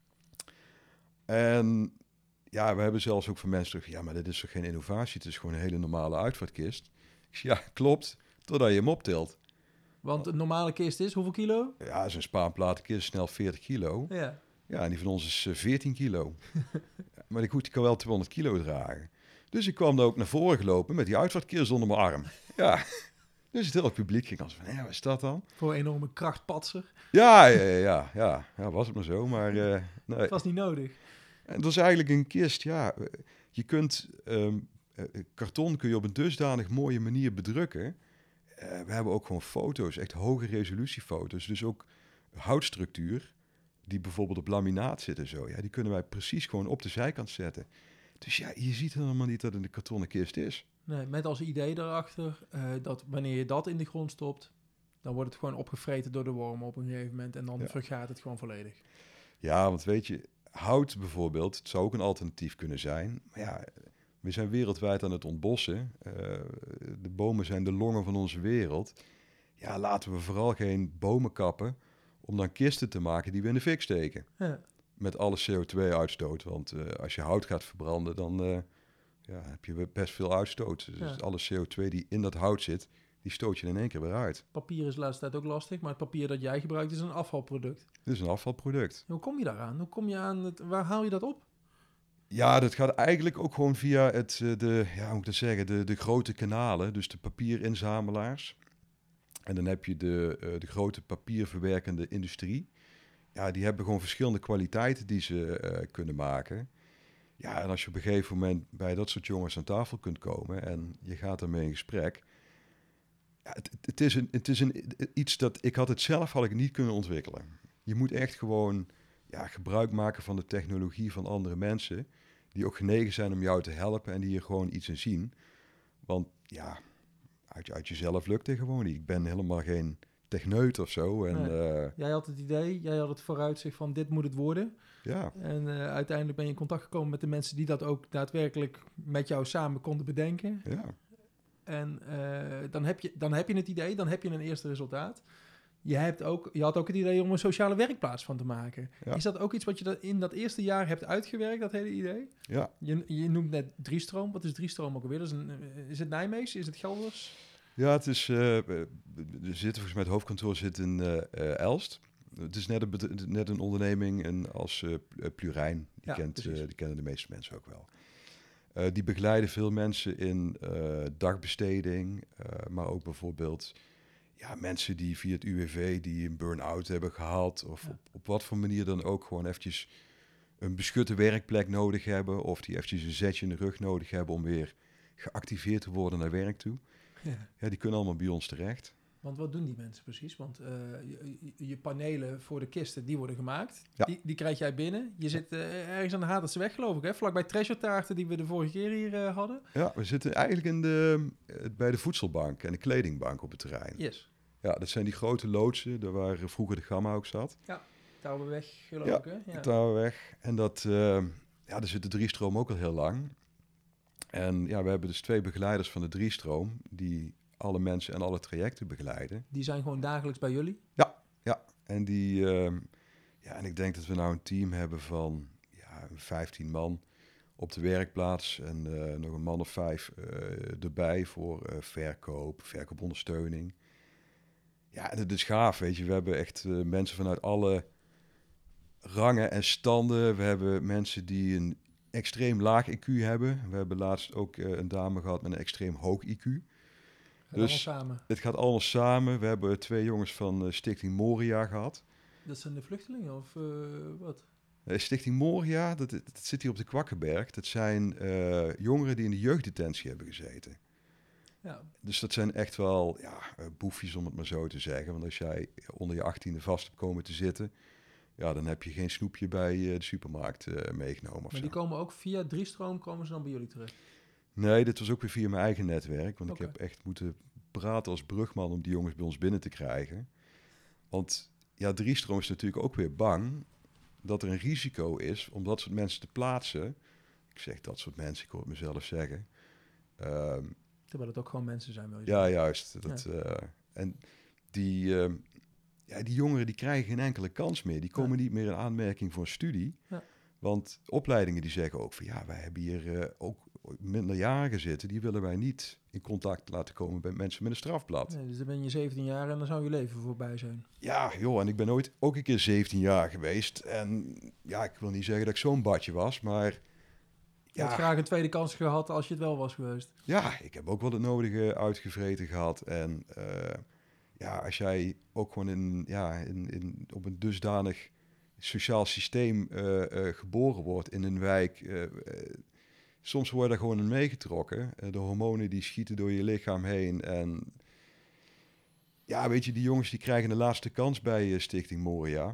En ja, we hebben zelfs ook van mensen terug, ja, maar dit is toch geen innovatie? Het is gewoon een hele normale uitvaartkist. Ik zeg, ja, klopt, totdat je hem optilt. Want een normale kist is hoeveel kilo? Ja, zo'n spaanplatenkist snel 40 kilo. Ja. Ja, en die van ons is 14 kilo. Maar die kan wel 200 kilo dragen. Dus ik kwam daar ook naar voren gelopen met die uitvaartkist onder mijn arm. Ja, dus het hele publiek ging als van, ja, wat is dat dan? Voor een enorme krachtpatser. Ja, was het maar zo. Maar nee. Het was niet nodig. En dat is eigenlijk een kist, ja. Je kunt karton kun je op een dusdanig mooie manier bedrukken. We hebben ook gewoon foto's, echt hoge resolutiefoto's. Dus ook houtstructuur, die bijvoorbeeld op laminaat zit en zo. Ja, die kunnen wij precies gewoon op de zijkant zetten. Dus ja, je ziet helemaal niet dat het een kartonnen kist is. Nee, met als idee daarachter dat wanneer je dat in de grond stopt, dan wordt het gewoon opgevreten door de wormen op een gegeven moment. En dan vergaat het gewoon volledig. Ja, want weet je, hout bijvoorbeeld, het zou ook een alternatief kunnen zijn. Maar ja, we zijn wereldwijd aan het ontbossen. De bomen zijn de longen van onze wereld. Ja, laten we vooral geen bomen kappen om dan kisten te maken die we in de fik steken. Ja. Met alle CO2-uitstoot. Want als je hout gaat verbranden, dan heb je best veel uitstoot. Dus alle CO2 die in dat hout zit, die stoot je in één keer weer uit. Papier is de laatste tijd ook lastig, maar het papier dat jij gebruikt is een afvalproduct. Het is een afvalproduct. Hoe kom je daaraan? Hoe kom je aan waar haal je dat op? Ja, dat gaat eigenlijk ook gewoon via de grote kanalen, dus de papierinzamelaars. En dan heb je de grote papierverwerkende industrie. Ja, die hebben gewoon verschillende kwaliteiten die ze kunnen maken. Ja, en als je op een gegeven moment bij dat soort jongens aan tafel kunt komen en je gaat ermee in gesprek. Ja, het is iets dat had ik niet kunnen ontwikkelen. Je moet echt gewoon gebruik maken van de technologie van andere mensen die ook genegen zijn om jou te helpen en die er gewoon iets in zien. Want ja, uit jezelf lukt het gewoon niet. Ik ben helemaal geen techneut of zo. En Jij had het idee, jij had het vooruitzicht van dit moet het worden. ja, En uiteindelijk ben je in contact gekomen met de mensen die dat ook daadwerkelijk met jou samen konden bedenken. ja. En dan heb je het idee, dan heb je een eerste resultaat. Je had ook het idee om een sociale werkplaats van te maken. Ja. Is dat ook iets wat je in dat eerste jaar hebt uitgewerkt, dat hele idee? Ja. Je noemt net Driestroom. Wat is Driestroom ook alweer? Is het Nijmeegs? Is het Gelders? Ja, het is... we zitten volgens mij, het hoofdkantoor zit in Elst. Het is net een onderneming als Plurijn. Die kennen de meeste mensen ook wel. Die begeleiden veel mensen in dagbesteding. Maar ook bijvoorbeeld mensen die via het UWV die een burn-out hebben gehad. Of op wat voor manier dan ook gewoon eventjes een beschutte werkplek nodig hebben. Of die eventjes een zetje in de rug nodig hebben om weer geactiveerd te worden naar werk toe. Ja, die kunnen allemaal bij ons terecht. Want wat doen die mensen precies? Want je panelen voor de kisten, die worden gemaakt. Ja. Die krijg jij binnen. Je zit ergens aan de Hatertse weg, geloof ik, hè? Vlakbij Treasure Taarten, die we de vorige keer hier hadden. Ja, we zitten eigenlijk bij de voedselbank en de kledingbank op het terrein. Yes. Ja, dat zijn die grote loodsen, daar waar vroeger de Gamma ook zat. Ja, Touwenweg, geloof ik, hè? Ja, Touwenweg. En daar zit de Driestroom ook al heel lang. En ja, we hebben dus 2 begeleiders van de Driestroom die alle mensen en alle trajecten begeleiden. Die zijn gewoon dagelijks bij jullie? Ja. En en ik denk dat we nou een team hebben van 15 man op de werkplaats en nog een man of 5 erbij voor verkoopondersteuning. Ja, en het is gaaf, weet je. We hebben echt mensen vanuit alle rangen en standen. We hebben mensen die een extreem laag IQ hebben. We hebben laatst ook een dame gehad met een extreem hoog IQ. Dus samen. Het gaat allemaal samen. We hebben 2 jongens van Stichting Moria gehad. Dat zijn de vluchtelingen of wat? Stichting Moria, dat zit hier op de Kwakkenberg. Dat zijn jongeren die in de jeugddetentie hebben gezeten. Ja. Dus dat zijn echt wel boefjes, om het maar zo te zeggen. Want als jij onder je 18e vast hebt komen te zitten, dan heb je geen snoepje bij de supermarkt meegenomen. Maar die komen ook via Driestroom, komen ze dan bij jullie terecht? Nee, dit was ook weer via mijn eigen netwerk. Want ik heb echt moeten praten als brugman om die jongens bij ons binnen te krijgen. Want Driestroom is natuurlijk ook weer bang dat er een risico is om dat soort mensen te plaatsen. Ik zeg dat soort mensen, ik hoor het mezelf zeggen. Terwijl het ook gewoon mensen zijn, wil je zeggen. Ja, juist. En die jongeren die krijgen geen enkele kans meer. Die komen niet meer in aanmerking voor een studie. Ja. Want opleidingen die zeggen ook van wij hebben hier ook minderjarigen zitten. Die willen wij niet in contact laten komen met mensen met een strafblad. Nee, dus dan ben je 17 jaar en dan zou je leven voorbij zijn. Ja, joh, en ik ben ooit ook een keer 17 jaar geweest. En ik wil niet zeggen dat ik zo'n badje was, maar je had graag een tweede kans gehad als je het wel was geweest. Ja, ik heb ook wel het nodige uitgevreten gehad. En als jij ook gewoon op een dusdanig sociaal systeem geboren wordt in een wijk. Soms word je daar gewoon in meegetrokken. De hormonen die schieten door je lichaam heen. En weet je, die jongens die krijgen de laatste kans bij Stichting Moria.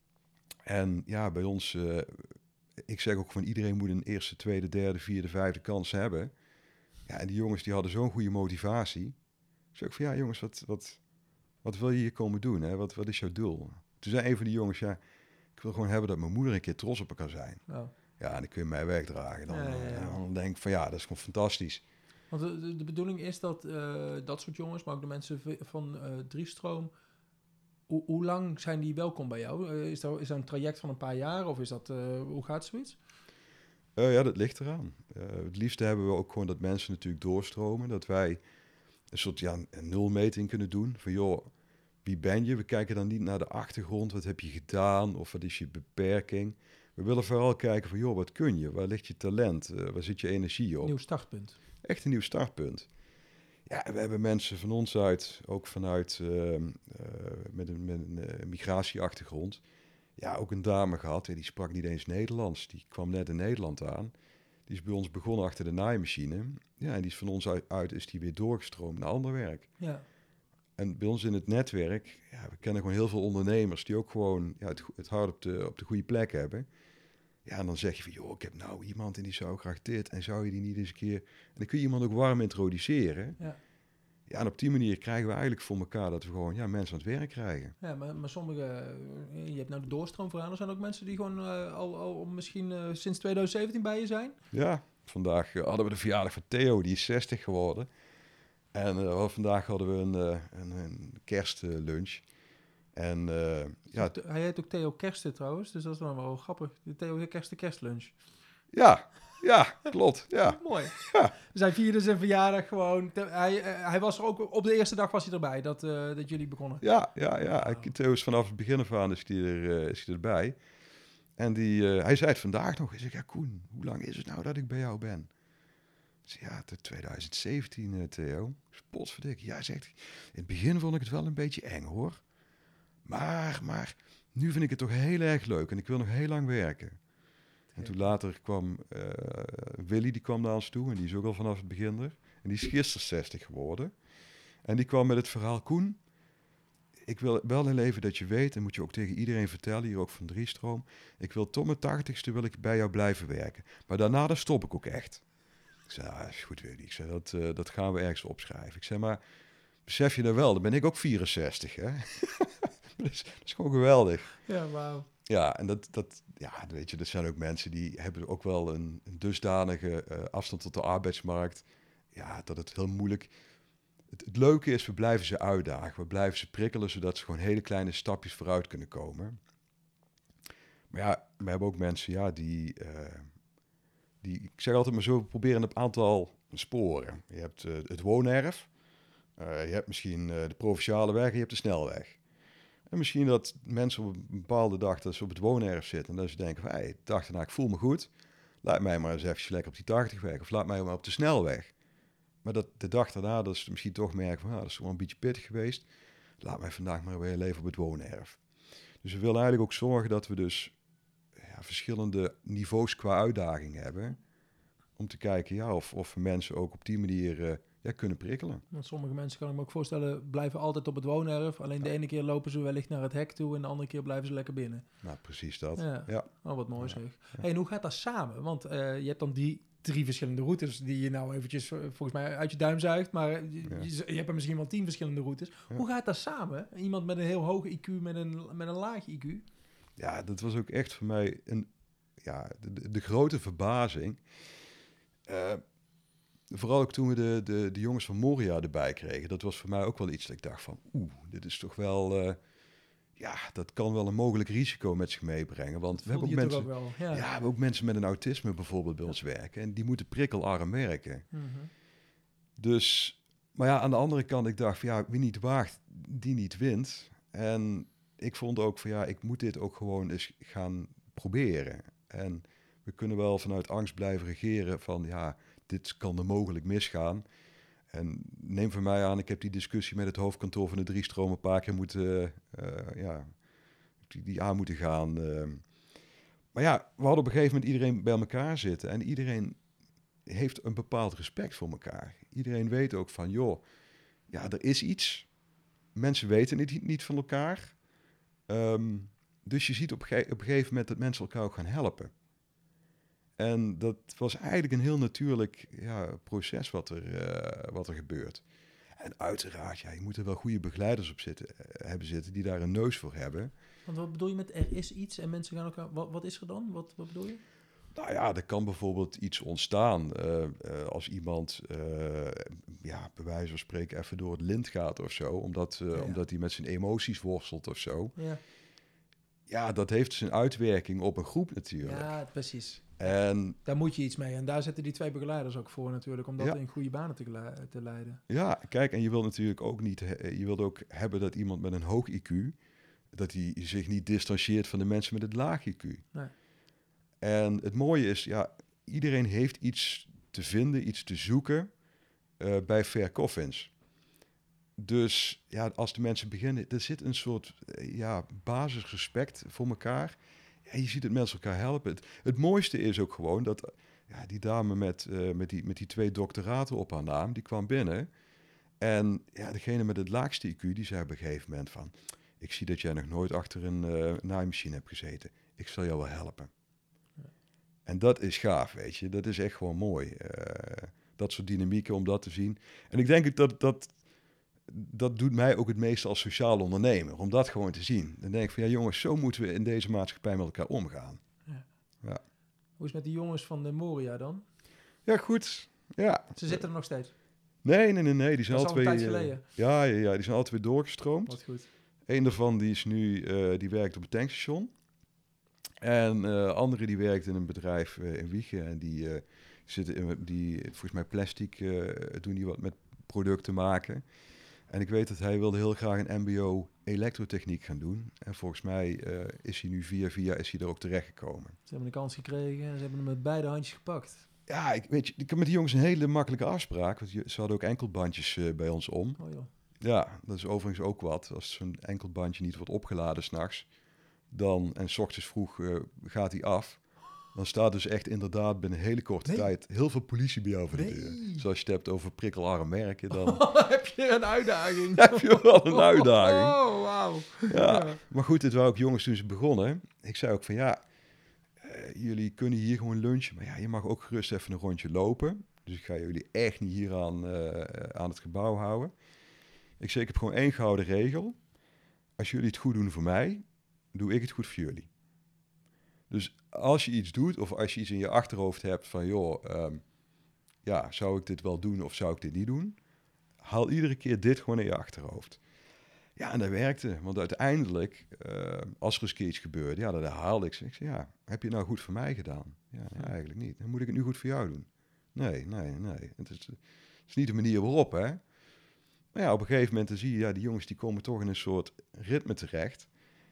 En bij ons, ik zeg ook van iedereen moet een eerste, tweede, derde, vierde, vijfde kans hebben. Ja, en die jongens die hadden zo'n goede motivatie. Ik zeg ook van jongens, wat wil je hier komen doen? Hè? Wat is jouw doel? Toen zei een van die jongens, ik wil gewoon hebben dat mijn moeder een keer trots op me kan zijn. Oh. Ja, en dan kun je mij wegdragen. Dan denk ik van dat is gewoon fantastisch. Want de bedoeling is dat dat soort jongens, maar ook de mensen van Driestroom, hoe lang zijn die welkom bij jou? Is dat een traject van een paar jaar of is dat, hoe gaat zoiets? Dat ligt eraan. Het liefste hebben we ook gewoon dat mensen natuurlijk doorstromen. Dat wij een soort een nulmeting kunnen doen. Van wie ben je? We kijken dan niet naar de achtergrond. Wat heb je gedaan? Of wat is je beperking? We willen vooral kijken van wat kun je? Waar ligt je talent? Waar zit je energie op? Nieuw startpunt. Echt een nieuw startpunt. Ja, we hebben mensen van ons uit, ook vanuit met een migratieachtergrond. Ja, ook een dame gehad, die sprak niet eens Nederlands. Die kwam net in Nederland aan. Die is bij ons begonnen achter de naaimachine. Ja, en die is van ons uit is die weer doorgestroomd naar ander werk. Ja. En bij ons in het netwerk, we kennen gewoon heel veel ondernemers die ook gewoon het hart op de goede plek hebben. Ja, en dan zeg je van, ik heb nou iemand en die zou graag dit. En zou je die niet eens een keer... En dan kun je iemand ook warm introduceren. Ja. Ja, en op die manier krijgen we eigenlijk voor elkaar dat we gewoon mensen aan het werk krijgen. Ja, maar sommige... je hebt nou de doorstroomverhalen. Er zijn ook mensen die gewoon al misschien sinds 2017 bij je zijn. Ja, vandaag hadden we de verjaardag van Theo, die is 60 geworden. En vandaag hadden we een kerstlunch. En Hij heet ook Theo Kersten trouwens, dus dat is wel grappig. De Theo Kerstlunch. ja, klopt, ja. Mooi. Ja. Dus hij vierde zijn verjaardag gewoon. Hij was er ook op de eerste dag was hij erbij dat jullie begonnen. Ja. Wow. Theo is vanaf het begin af aan is hij erbij. En hij zei het vandaag nog. Hij zei, ja Koen, hoe lang is het nou dat ik bij jou ben? Ik zei, ja, tot 2017, Theo. Spotsverdik. Ja, hij zegt, in het begin vond ik het wel een beetje eng, hoor. Maar nu vind ik het toch heel erg leuk en ik wil nog heel lang werken. En toen later kwam Willy, die kwam naar ons toe en die is ook al vanaf het begin er. En die is gisteren 60 geworden. En die kwam met het verhaal, Koen, ik wil wel heel even dat je weet, en moet je ook tegen iedereen vertellen, hier ook van Driestroom, ik wil tot mijn 80ste wil ik bij jou blijven werken. Maar daarna dan stop ik ook echt. Ik zei, ja, is goed Willy. Ik zei, dat gaan we ergens opschrijven. Ik zei, maar besef je nou wel, dan ben ik ook 64, hè? dat is gewoon geweldig. Ja, wauw. Ja, en weet je, dat zijn ook mensen die hebben ook wel een dusdanige afstand tot de arbeidsmarkt. Ja, dat het heel moeilijk... Het leuke is, we blijven ze uitdagen. We blijven ze prikkelen, zodat ze gewoon hele kleine stapjes vooruit kunnen komen. Maar ja, we hebben ook mensen, die ik zeg altijd maar zo, we proberen een aantal sporen. Je hebt het woonerf. Je hebt misschien de provinciale weg en je hebt de snelweg. En misschien dat mensen op een bepaalde dag dat ze op het woonerf zitten en dat ze denken van, de dag daarna, ik voel me goed. Laat mij maar eens even lekker op die 80 weg of laat mij maar op de snelweg. Maar dat de dag daarna, dat ze misschien toch merken van, dat is wel een beetje pittig geweest. Laat mij vandaag maar weer leven op het woonerf. Dus we willen eigenlijk ook zorgen dat we dus verschillende niveaus qua uitdaging hebben. Om te kijken of we mensen ook op die manier kunnen prikkelen. Want sommige mensen, kan ik me ook voorstellen, blijven altijd op het woonerf. Alleen de ene keer lopen ze wellicht naar het hek toe en de andere keer blijven ze lekker binnen. Nou, precies dat. Ja. Oh, wat mooi zeg. Ja. Hey, en hoe gaat dat samen? Want je hebt dan die 3 verschillende routes die je nou eventjes volgens mij uit je duim zuigt. Maar je hebt er misschien wel 10 verschillende routes. Ja. Hoe gaat dat samen? Iemand met een heel hoge IQ met een laag IQ? Ja, dat was ook echt voor mij de grote verbazing. Vooral ook toen we de jongens van Moria erbij kregen. Dat was voor mij ook wel iets dat ik dacht van... dit is toch wel... dat kan wel een mogelijk risico met zich meebrengen. Want we hebben ook mensen... we hebben ook mensen met een autisme bijvoorbeeld bij ons werken. En die moeten prikkelarm werken. Mm-hmm. Dus... Maar ja, aan de andere kant, ik dacht van wie niet waagt, die niet wint. En ik vond ook van ik moet dit ook gewoon eens gaan proberen. En we kunnen wel vanuit angst blijven regeren van dit kan er mogelijk misgaan. En neem van mij aan, ik heb die discussie met het hoofdkantoor van de Driestroom een paar keer die aan moeten gaan. Maar we hadden op een gegeven moment iedereen bij elkaar zitten. En iedereen heeft een bepaald respect voor elkaar. Iedereen weet ook van, er is iets. Mensen weten het niet van elkaar. Dus je ziet op een gegeven moment dat mensen elkaar ook gaan helpen. En dat was eigenlijk een heel natuurlijk proces wat er gebeurt. En uiteraard, je moet er wel goede begeleiders op hebben zitten die daar een neus voor hebben. Want wat bedoel je met er is iets en mensen gaan elkaar... Wat is er dan? Wat bedoel je? Nou ja, er kan bijvoorbeeld iets ontstaan als iemand, bij wijze van spreken, even door het lint gaat of zo, omdat hij met zijn emoties worstelt of zo. Ja. Ja, dat heeft zijn uitwerking op een groep natuurlijk. Ja, precies. En daar moet je iets mee. En daar zitten die 2 begeleiders ook voor natuurlijk, om dat in goede banen te leiden. Ja, kijk, en je wilt natuurlijk ook niet... Je wilt ook hebben dat iemand met een hoog IQ... dat hij zich niet distancieert van de mensen met het laag IQ. Nee. En het mooie is, iedereen heeft iets te vinden, iets te zoeken bij Fair Coffins. Dus als de mensen beginnen, er zit een soort basisrespect voor elkaar. Ja, je ziet het mensen elkaar helpen. Het mooiste is ook gewoon dat die dame met die 2 doctoraten op haar naam, die kwam binnen. En degene met het laagste IQ, die zei op een gegeven moment van... Ik zie dat jij nog nooit achter een naaimachine hebt gezeten. Ik zal jou wel helpen. Ja. En dat is gaaf, weet je. Dat is echt gewoon mooi. Dat soort dynamieken, om dat te zien. En ik denk dat dat doet mij ook het meeste als sociaal ondernemer, om dat gewoon te zien. Dan denk ik van, ja jongens, zo moeten we in deze maatschappij met elkaar omgaan. Ja. Ja. Hoe is het met die jongens van de Moria dan? Ja, goed. Ja. Ze zitten er nog steeds. Nee. Die zijn Dat is al al een twee. tijd geleden. Ja, die zijn al twee doorgestroomd. Wat goed. Eén daarvan die is nu, die werkt op een tankstation. En andere die werkt in een bedrijf in Wijchen. En die zitten die volgens mij plastic doen die wat met producten maken. En ik weet dat hij wilde heel graag een MBO elektrotechniek gaan doen. En volgens mij is hij nu via is hij er ook terechtgekomen. Ze hebben een kans gekregen en ze hebben hem met beide handjes gepakt. Ja, ik heb met die jongens een hele makkelijke afspraak. Want ze hadden ook enkelbandjes bij ons om. Oh joh. Ja, dat is overigens ook wat. Als zo'n enkelbandje niet wordt opgeladen s'nachts, en 's ochtends vroeg gaat hij af, dan staat dus echt inderdaad binnen een hele korte tijd heel veel politie bij jou voor de deur. Zoals je het hebt over prikkelarm merken, dan Heb je een uitdaging? heb je wel een uitdaging. Oh, wauw. Ja, maar goed, dit waren ook jongens toen ze begonnen. Ik zei ook van ja, jullie kunnen hier gewoon lunchen, maar ja, je mag ook gerust even een rondje lopen. Dus ik ga jullie echt niet hier aan het gebouw houden. Ik zei, ik heb gewoon één gouden regel. Als jullie het goed doen voor mij, doe ik het goed voor jullie. Dus als je iets doet, of als je iets in je achterhoofd hebt van, joh, zou ik dit wel doen of zou ik dit niet doen? Haal iedere keer dit gewoon in je achterhoofd. Ja, en dat werkte. Want uiteindelijk, als er eens iets gebeurde, ja, dan haalde ik ze. Ik zei, ja, heb je het nou goed voor mij gedaan? Ja, eigenlijk niet. Dan moet ik het nu goed voor jou doen. Nee. Het is niet de manier waarop, hè. Maar ja, op een gegeven moment dan zie je, ja, die jongens die komen toch in een soort ritme terecht.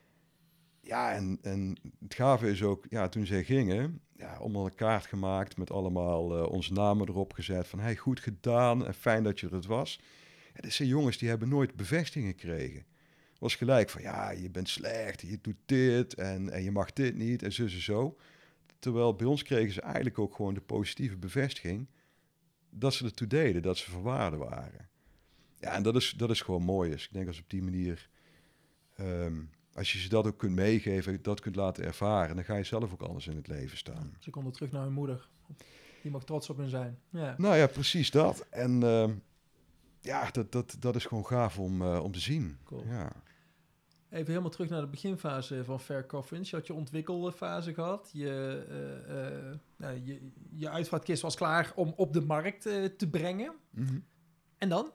Ja, en het gave is ook, ja, toen zij gingen, ja, allemaal een kaart gemaakt met allemaal onze namen erop gezet. Van, hey, goed gedaan en fijn dat je er was. Ja, dit zijn jongens die hebben nooit bevestiging gekregen. Was gelijk van, ja, je bent slecht, je doet dit en je mag dit niet en zo. Terwijl bij ons kregen ze eigenlijk ook gewoon de positieve bevestiging dat ze ertoe deden, dat ze van waarde waren. Ja, en dat is gewoon mooi. Dus ik denk als op die manier, als je ze dat ook kunt meegeven, dat kunt laten ervaren, dan ga je zelf ook anders in het leven staan. Ze konden terug naar hun moeder. Die mag trots op hen zijn. Ja. Nou ja, precies dat. En dat is gewoon gaaf om te zien. Cool. Ja. Even helemaal terug naar de beginfase van Fair Coffins. Je had je ontwikkelfase gehad. Je uitvaartkist was klaar om op de markt te brengen. Mm-hmm. En dan?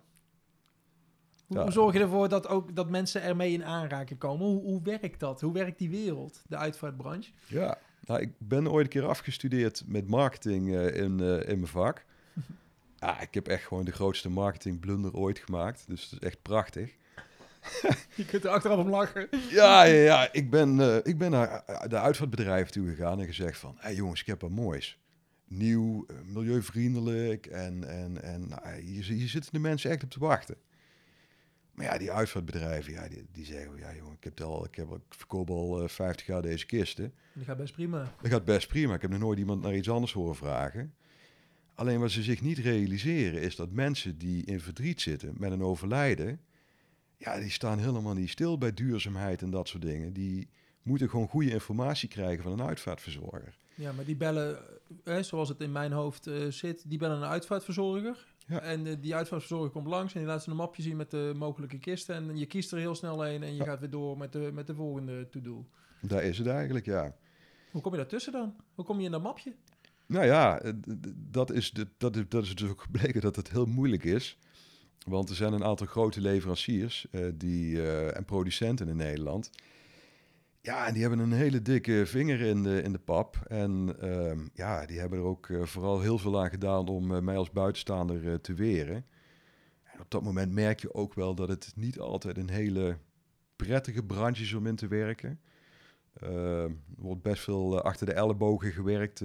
Ja. Hoe zorg je ervoor dat mensen ermee in aanraking komen? Hoe werkt dat? Hoe werkt die wereld, de uitvaartbranche? Ja, nou, ik ben ooit een keer afgestudeerd met marketing in mijn vak. Ja, ik heb echt gewoon de grootste marketingblunder ooit gemaakt. Dus het is echt prachtig. Je kunt er achteraf om lachen. Ja. Ik ben naar de uitvaartbedrijven toe gegaan en gezegd van, hey jongens, ik heb wat moois. Nieuw, milieuvriendelijk en nou, hier zitten de mensen echt op te wachten. Maar ja, die uitvaartbedrijven, ja, die zeggen, ja jongen, ik verkoop al 50 jaar deze kisten. Dat gaat best prima. Dat gaat best prima. Ik heb nog nooit iemand naar iets anders horen vragen. Alleen wat ze zich niet realiseren is dat mensen die in verdriet zitten met een overlijden, ja, die staan helemaal niet stil bij duurzaamheid en dat soort dingen. Die moeten gewoon goede informatie krijgen van een uitvaartverzorger. Ja, maar die bellen, zoals het in mijn hoofd zit, die bellen een uitvaartverzorger. Ja. En die uitvaartverzorger komt langs en die laat ze een mapje zien met de mogelijke kisten. En je kiest er heel snel een en je gaat weer door met de volgende to-do. Daar is het eigenlijk, ja. Hoe kom je daartussen dan? Hoe kom je in dat mapje? Nou ja, dat is dus ook gebleken dat het heel moeilijk is. Want er zijn een aantal grote leveranciers en producenten in Nederland. Ja, en die hebben een hele dikke vinger in de pap. En die hebben er ook vooral heel veel aan gedaan om mij als buitenstaander te weren. En op dat moment merk je ook wel dat het niet altijd een hele prettige branche is om in te werken. Er wordt best veel achter de ellebogen gewerkt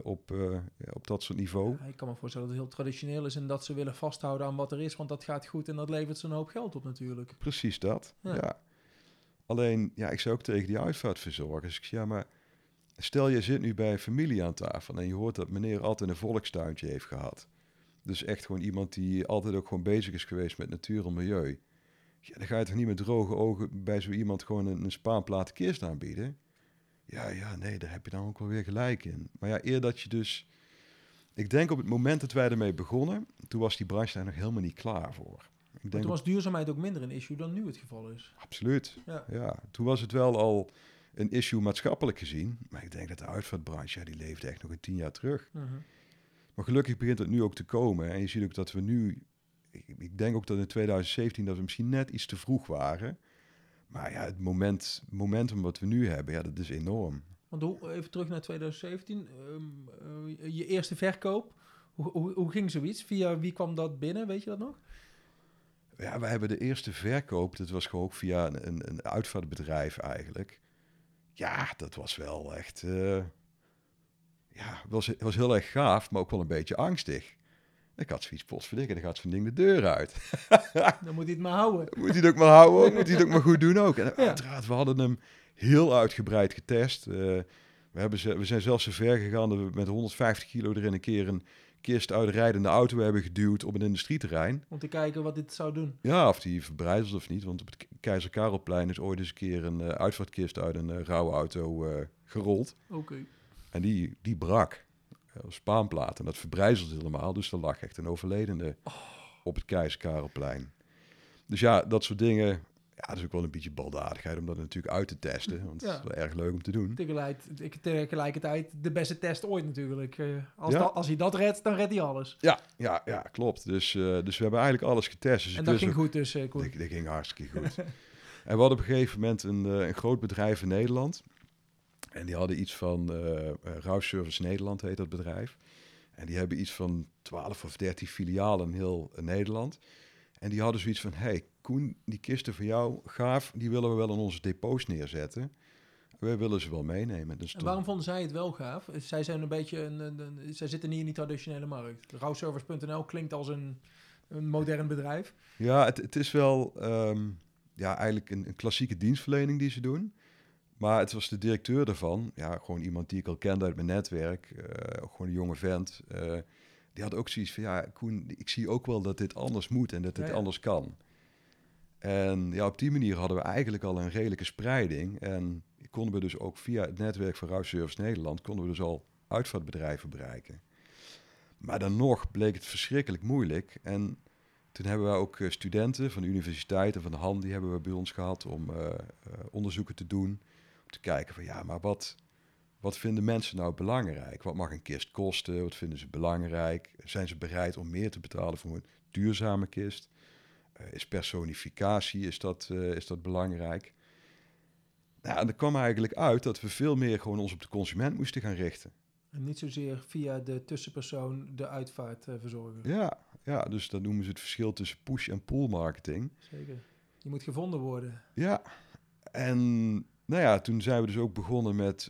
op dat soort niveau. Ja, ik kan me voorstellen dat het heel traditioneel is en dat ze willen vasthouden aan wat er is, want dat gaat goed en dat levert ze een hoop geld op natuurlijk. Precies dat, Ja. ja. Alleen, ja, ik zei ook tegen die uitvaartverzorgers, ik zei, ja, maar stel je zit nu bij een familie aan tafel en je hoort dat meneer altijd een volkstuintje heeft gehad. Dus echt gewoon iemand die altijd ook gewoon bezig is geweest met natuur en milieu. Ja, dan ga je toch niet met droge ogen bij zo iemand gewoon een spaanplaat kist aanbieden? Ja, nee, daar heb je dan ook wel weer gelijk in. Maar ja, eer dat je dus... Ik denk op het moment dat wij ermee begonnen, toen was die branche daar nog helemaal niet klaar voor. Maar denk toen was duurzaamheid ook minder een issue dan nu het geval is. absoluut. Ja. Ja, toen was het wel al een issue maatschappelijk gezien. Maar ik denk dat de uitvaartbranche, die leefde echt nog een 10 jaar terug. Mhm. Maar gelukkig begint het nu ook te komen. En je ziet ook dat we nu... Ik denk ook dat in 2017 dat we misschien net iets te vroeg waren. Maar ja, het momentum wat we nu hebben, ja, dat is enorm. Want even terug naar 2017. Je eerste verkoop. Hoe ging zoiets? Via wie kwam dat binnen? Weet je dat nog? Ja, we hebben de eerste verkoop, dat was gewoon ook via een uitvaartbedrijf eigenlijk. Ja, dat was wel echt... was heel erg gaaf, maar ook wel een beetje angstig. Ik had zoiets, potverdikke, dan gaat zo'n ding de deur uit. Dan moet hij het maar houden. Moet hij het ook maar houden, ook, moet hij het ook maar goed doen ook. En uiteraard, we hadden hem heel uitgebreid getest. We zijn zelfs zo ver gegaan dat we met 150 kilo erin een keer een kist uit de rijdende auto hebben geduwd op een industrieterrein. Om te kijken wat dit zou doen. Ja, of die verbrijzelt of niet. Want op het Keizer Karelplein is ooit eens een keer een uitvaartkist uit een rouwauto gerold. Oké. En die brak. Spaanplaat. En dat verbrijzelde helemaal. Dus er lag echt een overledene op het Keizer Karelplein. Dus ja, dat soort dingen. Ja, dat is ook wel een beetje baldadigheid om dat natuurlijk uit te testen. Want het is wel erg leuk om te doen. Tegelijkertijd de beste test ooit natuurlijk. Ja. Als hij dat redt, dan redt hij alles. Ja, klopt. Dus we hebben eigenlijk alles getest. Dus En dat ging goed dus, Koen. Dat ging hartstikke goed. En we hadden op een gegeven moment een groot bedrijf in Nederland. En die hadden iets van Rouwservice Nederland heet dat bedrijf. En die hebben iets van 12 of 13 filialen in heel Nederland. En die hadden zoiets van, hey Koen, die kisten van jou, gaaf, die willen we wel in onze depots neerzetten. We willen ze wel meenemen. Dus en waarom vonden zij het wel gaaf? Zij zijn een beetje zij zitten niet in die traditionele markt. Rouwservice.nl klinkt als een modern bedrijf. Ja, het is wel eigenlijk een klassieke dienstverlening die ze doen. Maar het was de directeur daarvan, ja, gewoon iemand die ik al kende uit mijn netwerk, gewoon een jonge vent. Die had ook zoiets van, ja, Koen, ik zie ook wel dat dit anders moet en dat dit anders kan. En ja, op die manier hadden we eigenlijk al een redelijke spreiding. En konden we dus ook via het netwerk van Rouwservice Nederland, konden we dus al uitvaartbedrijven bereiken. Maar dan nog bleek het verschrikkelijk moeilijk. En toen hebben we ook studenten van de universiteit en van de HAN, die hebben we bij ons gehad om onderzoeken te doen. Om te kijken van, ja, maar wat vinden mensen nou belangrijk? Wat mag een kist kosten? Wat vinden ze belangrijk? Zijn ze bereid om meer te betalen voor een duurzame kist? Is personificatie, is dat belangrijk? Nou, en er kwam eigenlijk uit dat we veel meer gewoon ons op de consument moesten gaan richten. En niet zozeer via de tussenpersoon de uitvaart verzorgen. Ja, dus dat noemen ze het verschil tussen push- en pull marketing. Zeker. Je moet gevonden worden. Ja, en nou ja, toen zijn we dus ook begonnen met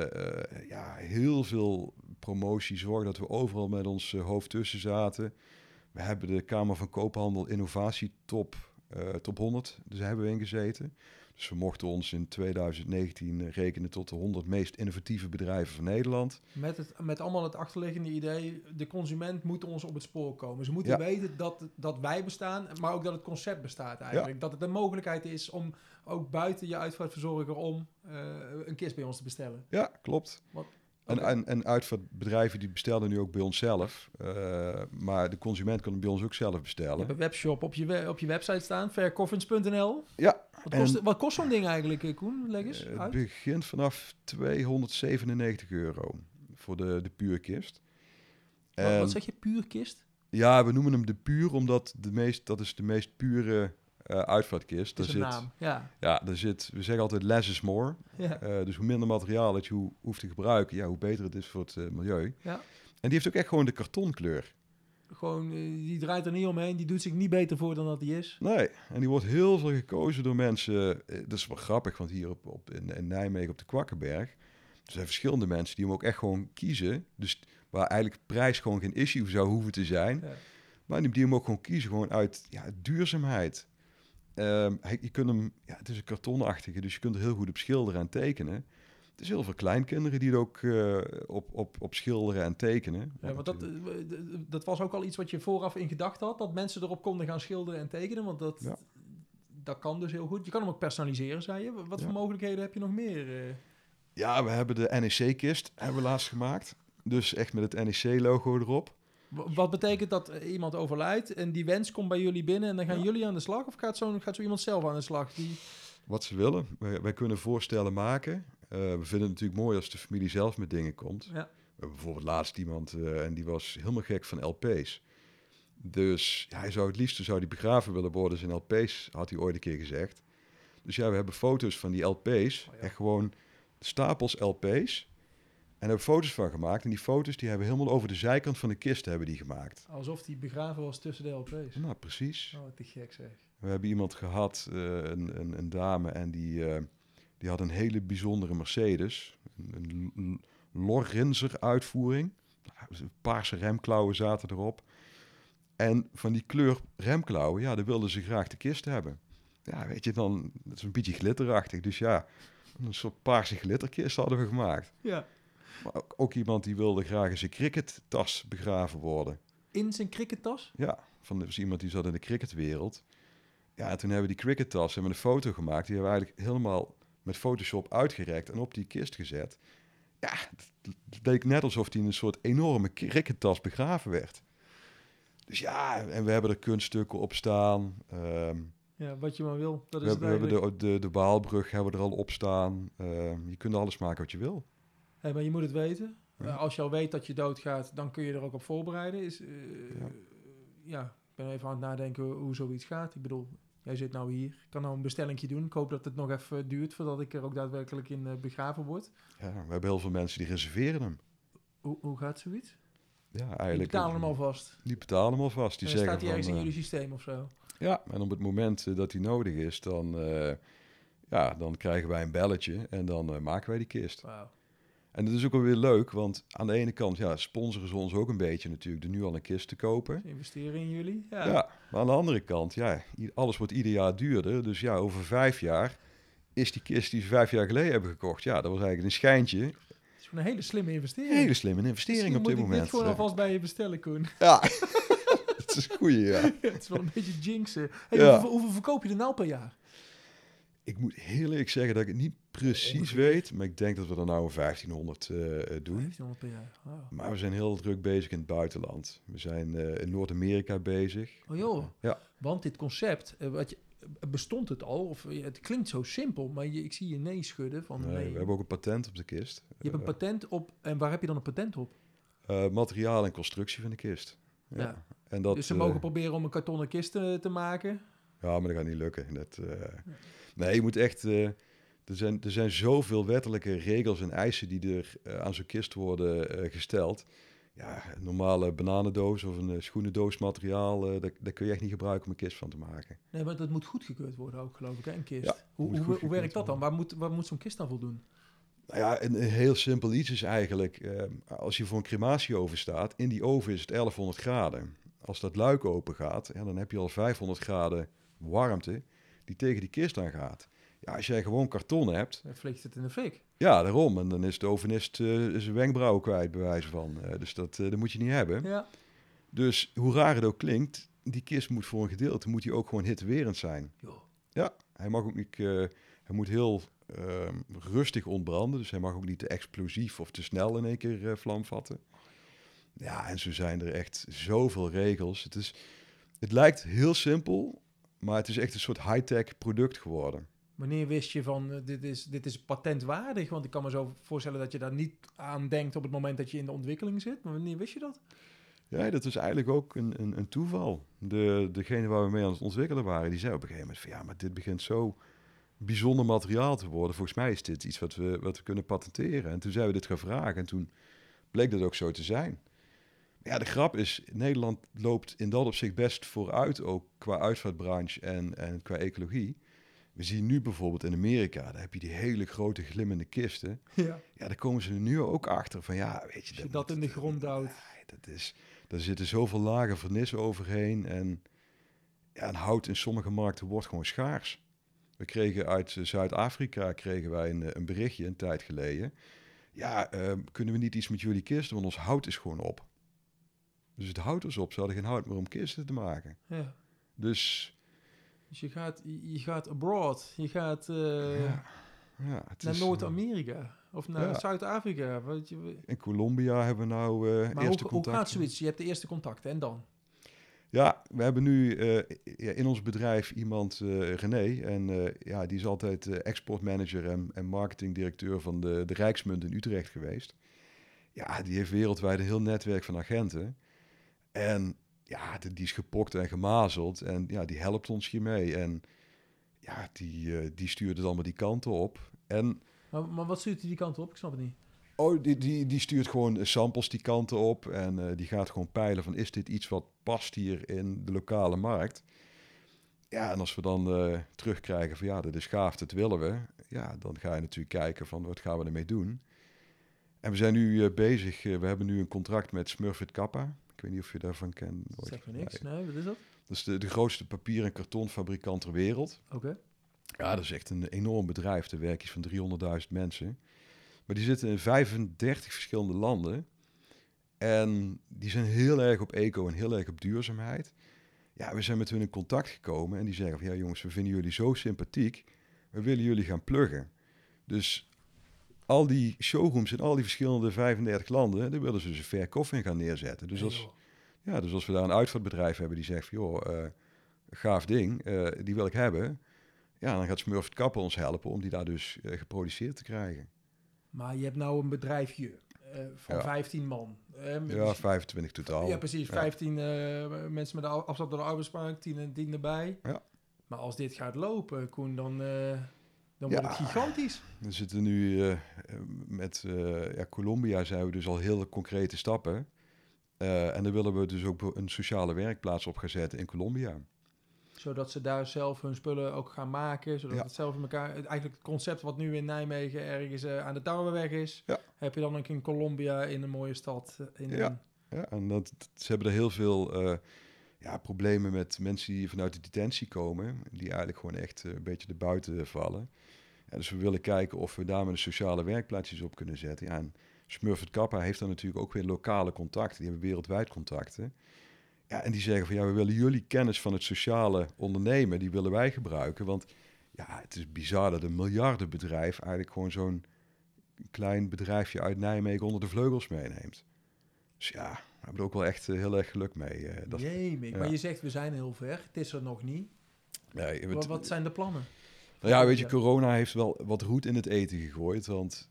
heel veel promotie. Zorgen dat we overal met ons hoofd tussen zaten. We hebben de Kamer van Koophandel Innovatie Top 100, dus hebben we ingezeten. Dus we mochten ons in 2019 rekenen tot de 100 meest innovatieve bedrijven van Nederland. Met allemaal het achterliggende idee, de consument moet ons op het spoor komen. Ze moeten weten dat wij bestaan, maar ook dat het concept bestaat eigenlijk. Ja. Dat het een mogelijkheid is om ook buiten je uitvaartverzorger om een kist bij ons te bestellen. Ja, klopt. En uitvaartbedrijven die bestellen nu ook bij ons zelf. Maar de consument kan het bij ons ook zelf bestellen. Je hebt een webshop op je website staan, faircoffins.nl. Ja. Wat kost zo'n ding eigenlijk, Koen? Leg eens uit. Het begint vanaf €297 voor de puurkist. Wat zeg je, puurkist? Ja, we noemen hem de puur, omdat dat is de meest pure uitvaartkist. Dat is een naam, ja. Ja, we zeggen altijd less is more. Ja. Dus hoe minder materiaal dat je hoeft te gebruiken, ja, hoe beter het is voor het milieu. Ja. En die heeft ook echt gewoon de kartonkleur. Gewoon, die draait er niet omheen, die doet zich niet beter voor dan dat die is. Nee, en die wordt heel veel gekozen door mensen. Dat is wel grappig, want hier in Nijmegen op de Kwakkenberg, er zijn verschillende mensen die hem ook echt gewoon kiezen. Dus waar eigenlijk prijs gewoon geen issue zou hoeven te zijn. Ja. Maar die hem ook gewoon kiezen, gewoon uit duurzaamheid. Je kunt hem, het is een kartonachtige, dus je kunt er heel goed op schilderen en tekenen. Er zijn heel veel kleinkinderen die er ook op schilderen en tekenen. Ja, want dat was ook al iets wat je vooraf in gedachten had, dat mensen erop konden gaan schilderen en tekenen, want dat kan dus heel goed. Je kan hem ook personaliseren, zei je. Wat voor mogelijkheden heb je nog meer? Ja, we hebben de NEC-kist hebben we laatst gemaakt. Dus echt met het NEC-logo erop. Wat betekent dat iemand overlijdt en die wens komt bij jullie binnen en dan gaan jullie aan de slag? Of gaat zo iemand zelf aan de slag? Wat ze willen. Wij kunnen voorstellen maken. We vinden het natuurlijk mooi als de familie zelf met dingen komt. Ja. We hebben bijvoorbeeld laatst iemand en die was helemaal gek van LP's. Dus hij zou het liefst begraven willen worden. Zijn LP's had hij ooit een keer gezegd. Dus ja, we hebben foto's van die LP's. Echt gewoon stapels LP's. En daar hebben we foto's van gemaakt. En die foto's die hebben helemaal over de zijkant van de kist hebben die gemaakt. Alsof die begraven was tussen de LP's. Nou, precies. Oh, te gek zeg. We hebben iemand gehad, een dame, en die had een hele bijzondere Mercedes. Een Lorenzer uitvoering. Paarse remklauwen zaten erop. En van die kleur remklauwen, ja, daar wilden ze graag de kist hebben. Ja, weet je, dan, dat is een beetje glitterachtig. Dus ja, een soort paarse glitterkist hadden we gemaakt. Ja. Maar ook iemand die wilde graag in zijn crickettas begraven worden. In zijn crickettas? Ja, dus iemand die zat in de cricketwereld. Ja, en toen hebben we die crickettas een foto gemaakt. Die hebben we eigenlijk helemaal met Photoshop uitgerekt en op die kist gezet. Ja, het leek net alsof die in een soort enorme crickettas begraven werd. Dus ja, en we hebben er kunststukken op staan. Ja, wat je maar wil. Dat We is hebben de Waalbrug hebben we er al op staan. Je kunt alles maken wat je wil. Hey, maar je moet het weten. Ja. Als je al weet dat je doodgaat, dan kun je er ook op voorbereiden. Ja, ik ben even aan het nadenken hoe zoiets gaat. Ik bedoel, jij zit nou hier. Ik kan nou een bestellingje doen. Ik hoop dat het nog even duurt voordat ik er ook daadwerkelijk in begraven word. Ja, we hebben heel veel mensen die reserveren hem. Hoe gaat zoiets? Ja, Die eigenlijk. betalen hem alvast. Die betalen hem alvast. Die zeggen staat hij ergens van, in jullie systeem of zo? Ja, en op het moment dat die nodig is, dan krijgen wij een belletje en dan maken wij die kist. Wauw. En dat is ook wel weer leuk, want aan de ene kant sponsoren ze ons ook een beetje natuurlijk door nu al een kist te kopen. Ze investeren in jullie? Ja, maar aan de andere kant, alles wordt ieder jaar duurder. Dus ja, over 5 jaar is die kist die ze 5 jaar geleden hebben gekocht. Ja, dat was eigenlijk een schijntje. Het is gewoon een hele slimme investering. Een hele slimme investering op dit moment. Misschien moet ik dit gewoon alvast bij je bestellen, Koen. Ja, dat is een goeie, ja. Het is wel een beetje jinxen. Hey, Ja. hoeveel verkoop je er nou per jaar? Ik moet heel eerlijk zeggen dat ik het niet precies weet, maar ik denk dat we er nou 1500 doen. 1500 per jaar. Wow. Maar we zijn heel druk bezig in het buitenland. We zijn in Noord-Amerika bezig. Oh joh, Ja. Want dit concept, bestond het al? Of het klinkt zo simpel, maar ik zie je nee schudden. Van, Nee, we hebben ook een patent op de kist. Je hebt een patent op, en waar heb je dan een patent op? Materiaal en constructie van de kist. Ja. En dat, Dus ze mogen proberen om een kartonnen kist te maken? Ja, maar dat gaat niet lukken. Nee, je moet echt... er zijn zoveel wettelijke regels en eisen die er aan zo'n kist worden gesteld. Ja, een normale bananendoos of een schoenendoos materiaal, daar kun je echt niet gebruiken om een kist van te maken. Nee, maar dat moet goedgekeurd worden ook, geloof ik, hè, een kist. Ja, Hoe werkt dat dan? Waar moet zo'n kist dan voldoen? Nou ja, een heel simpel iets is eigenlijk, als je voor een crematieoven staat, in die oven is het 1100 graden. Als dat luik open gaat, dan heb je al 500 graden warmte die tegen die kist aan gaat. Ja, als jij gewoon karton hebt... Dan vliegt het in de fik. Ja, daarom. En dan is de ovenist zijn wenkbrauw kwijt, bij wijze van. Dus dat moet je niet hebben. Ja. Dus hoe raar het ook klinkt, die kist moet voor een gedeelte moet die ook gewoon hittewerend zijn. Jo. Ja, hij mag ook niet... hij moet heel rustig ontbranden. Dus hij mag ook niet te explosief of te snel in één keer vlam vatten. Ja, en zo zijn er echt zoveel regels. Het lijkt heel simpel, maar het is echt een soort high-tech product geworden. Wanneer wist je van, dit is patentwaardig? Want ik kan me zo voorstellen dat je daar niet aan denkt op het moment dat je in de ontwikkeling zit. Maar wanneer wist je dat? Ja, dat is eigenlijk ook een toeval. Degene waar we mee aan het ontwikkelen waren, die zei op een gegeven moment van ja, maar dit begint zo bijzonder materiaal te worden. Volgens mij is dit iets wat we kunnen patenteren. En toen zijn we dit gaan vragen en toen bleek dat ook zo te zijn. Ja, de grap is, Nederland loopt in dat opzicht best vooruit, ook qua uitvaartbranche en qua ecologie. We zien nu bijvoorbeeld in Amerika, daar heb je die hele grote glimmende kisten. Ja. Ja, daar komen ze nu ook achter van ja, weet je... Als je dat in de grond duwt. Daar zitten zoveel lagen vernis overheen en hout in sommige markten wordt gewoon schaars. We kregen uit Zuid-Afrika een berichtje een tijd geleden. Ja, kunnen we niet iets met jullie kisten, want ons hout is gewoon op. Dus het hout is op, ze hadden geen hout meer om kisten te maken. Ja. Dus je gaat abroad, je gaat naar Noord-Amerika. Of naar Ja. Zuid-Afrika? In Colombia hebben we nou Maar eerste hoe contact. gaat zoiets? Je hebt de eerste contacten en dan? Ja, we hebben nu in ons bedrijf iemand, René, en die is altijd exportmanager en marketingdirecteur van de Rijksmunt in Utrecht geweest. Ja, die heeft wereldwijd een heel netwerk van agenten. En ja, die is gepokt en gemazeld en ja, die helpt ons hiermee. En ja, die stuurt het allemaal die kanten op. En Maar wat stuurt hij die kant op? Ik snap het niet. die stuurt gewoon samples die kanten op en die gaat gewoon peilen van is dit iets wat past hier in de lokale markt? Ja, en als we dan terugkrijgen van ja, dit is gaaf, dat willen we. Ja, dan ga je natuurlijk kijken van wat gaan we ermee doen. En we zijn nu bezig, we hebben nu een contract met Smurfit Kappa. Ik weet niet of je daarvan kent. Zeg me niks. Nee, wat is dat? Dat is de grootste papier- en kartonfabrikant ter wereld. Oké. Ja, dat is echt een enorm bedrijf. Er werken iets van 300.000 mensen. Maar die zitten in 35 verschillende landen. En die zijn heel erg op eco en heel erg op duurzaamheid. Ja, we zijn met hun in contact gekomen en die zeggen van ja jongens, we vinden jullie zo sympathiek. We willen jullie gaan pluggen. Dus al die showrooms in al die verschillende 35 landen, daar willen ze dus een Fair Coffee in gaan neerzetten. Dus dus als we daar een uitvaartbedrijf hebben die zegt van joh, gaaf ding, die wil ik hebben. Ja, dan gaat Smurfit Kappa ons helpen om die daar dus geproduceerd te krijgen. Maar je hebt nou een bedrijfje van 15 man. Ja, 25 totaal. Ja, precies. 15 mensen met de afstand door de arbeidsmarkt, 10 erbij. Ja. Maar als dit gaat lopen, Koen, dan wordt het gigantisch. We zitten nu met Colombia zijn we dus al heel concrete stappen. En dan willen we dus ook een sociale werkplaats op gaan zetten in Colombia. Zodat ze daar zelf hun spullen ook gaan maken. Zodat het zelf in elkaar... Eigenlijk het concept wat nu in Nijmegen ergens aan de Tarweweg is... Ja. Heb je dan ook in Colombia in een mooie stad. Ja, en ze hebben er heel veel problemen met mensen die vanuit de detentie komen. Die eigenlijk gewoon echt een beetje erbuiten vallen. Ja, dus we willen kijken of we daar met een sociale werkplaatsjes op kunnen zetten. Ja, en Smurfit Kappa heeft dan natuurlijk ook weer lokale contacten. Die hebben wereldwijd contacten. Ja, en die zeggen van ja, we willen jullie kennis van het sociale ondernemen, die willen wij gebruiken. Want ja, het is bizar dat een miljardenbedrijf eigenlijk gewoon zo'n klein bedrijfje uit Nijmegen onder de vleugels meeneemt. Dus ja, we hebben er ook wel echt heel erg geluk mee. Maar je zegt we zijn heel ver, het is er nog niet. Nee, wat zijn de plannen? Nou ja, weet je, corona heeft wel wat roet in het eten gegooid. Want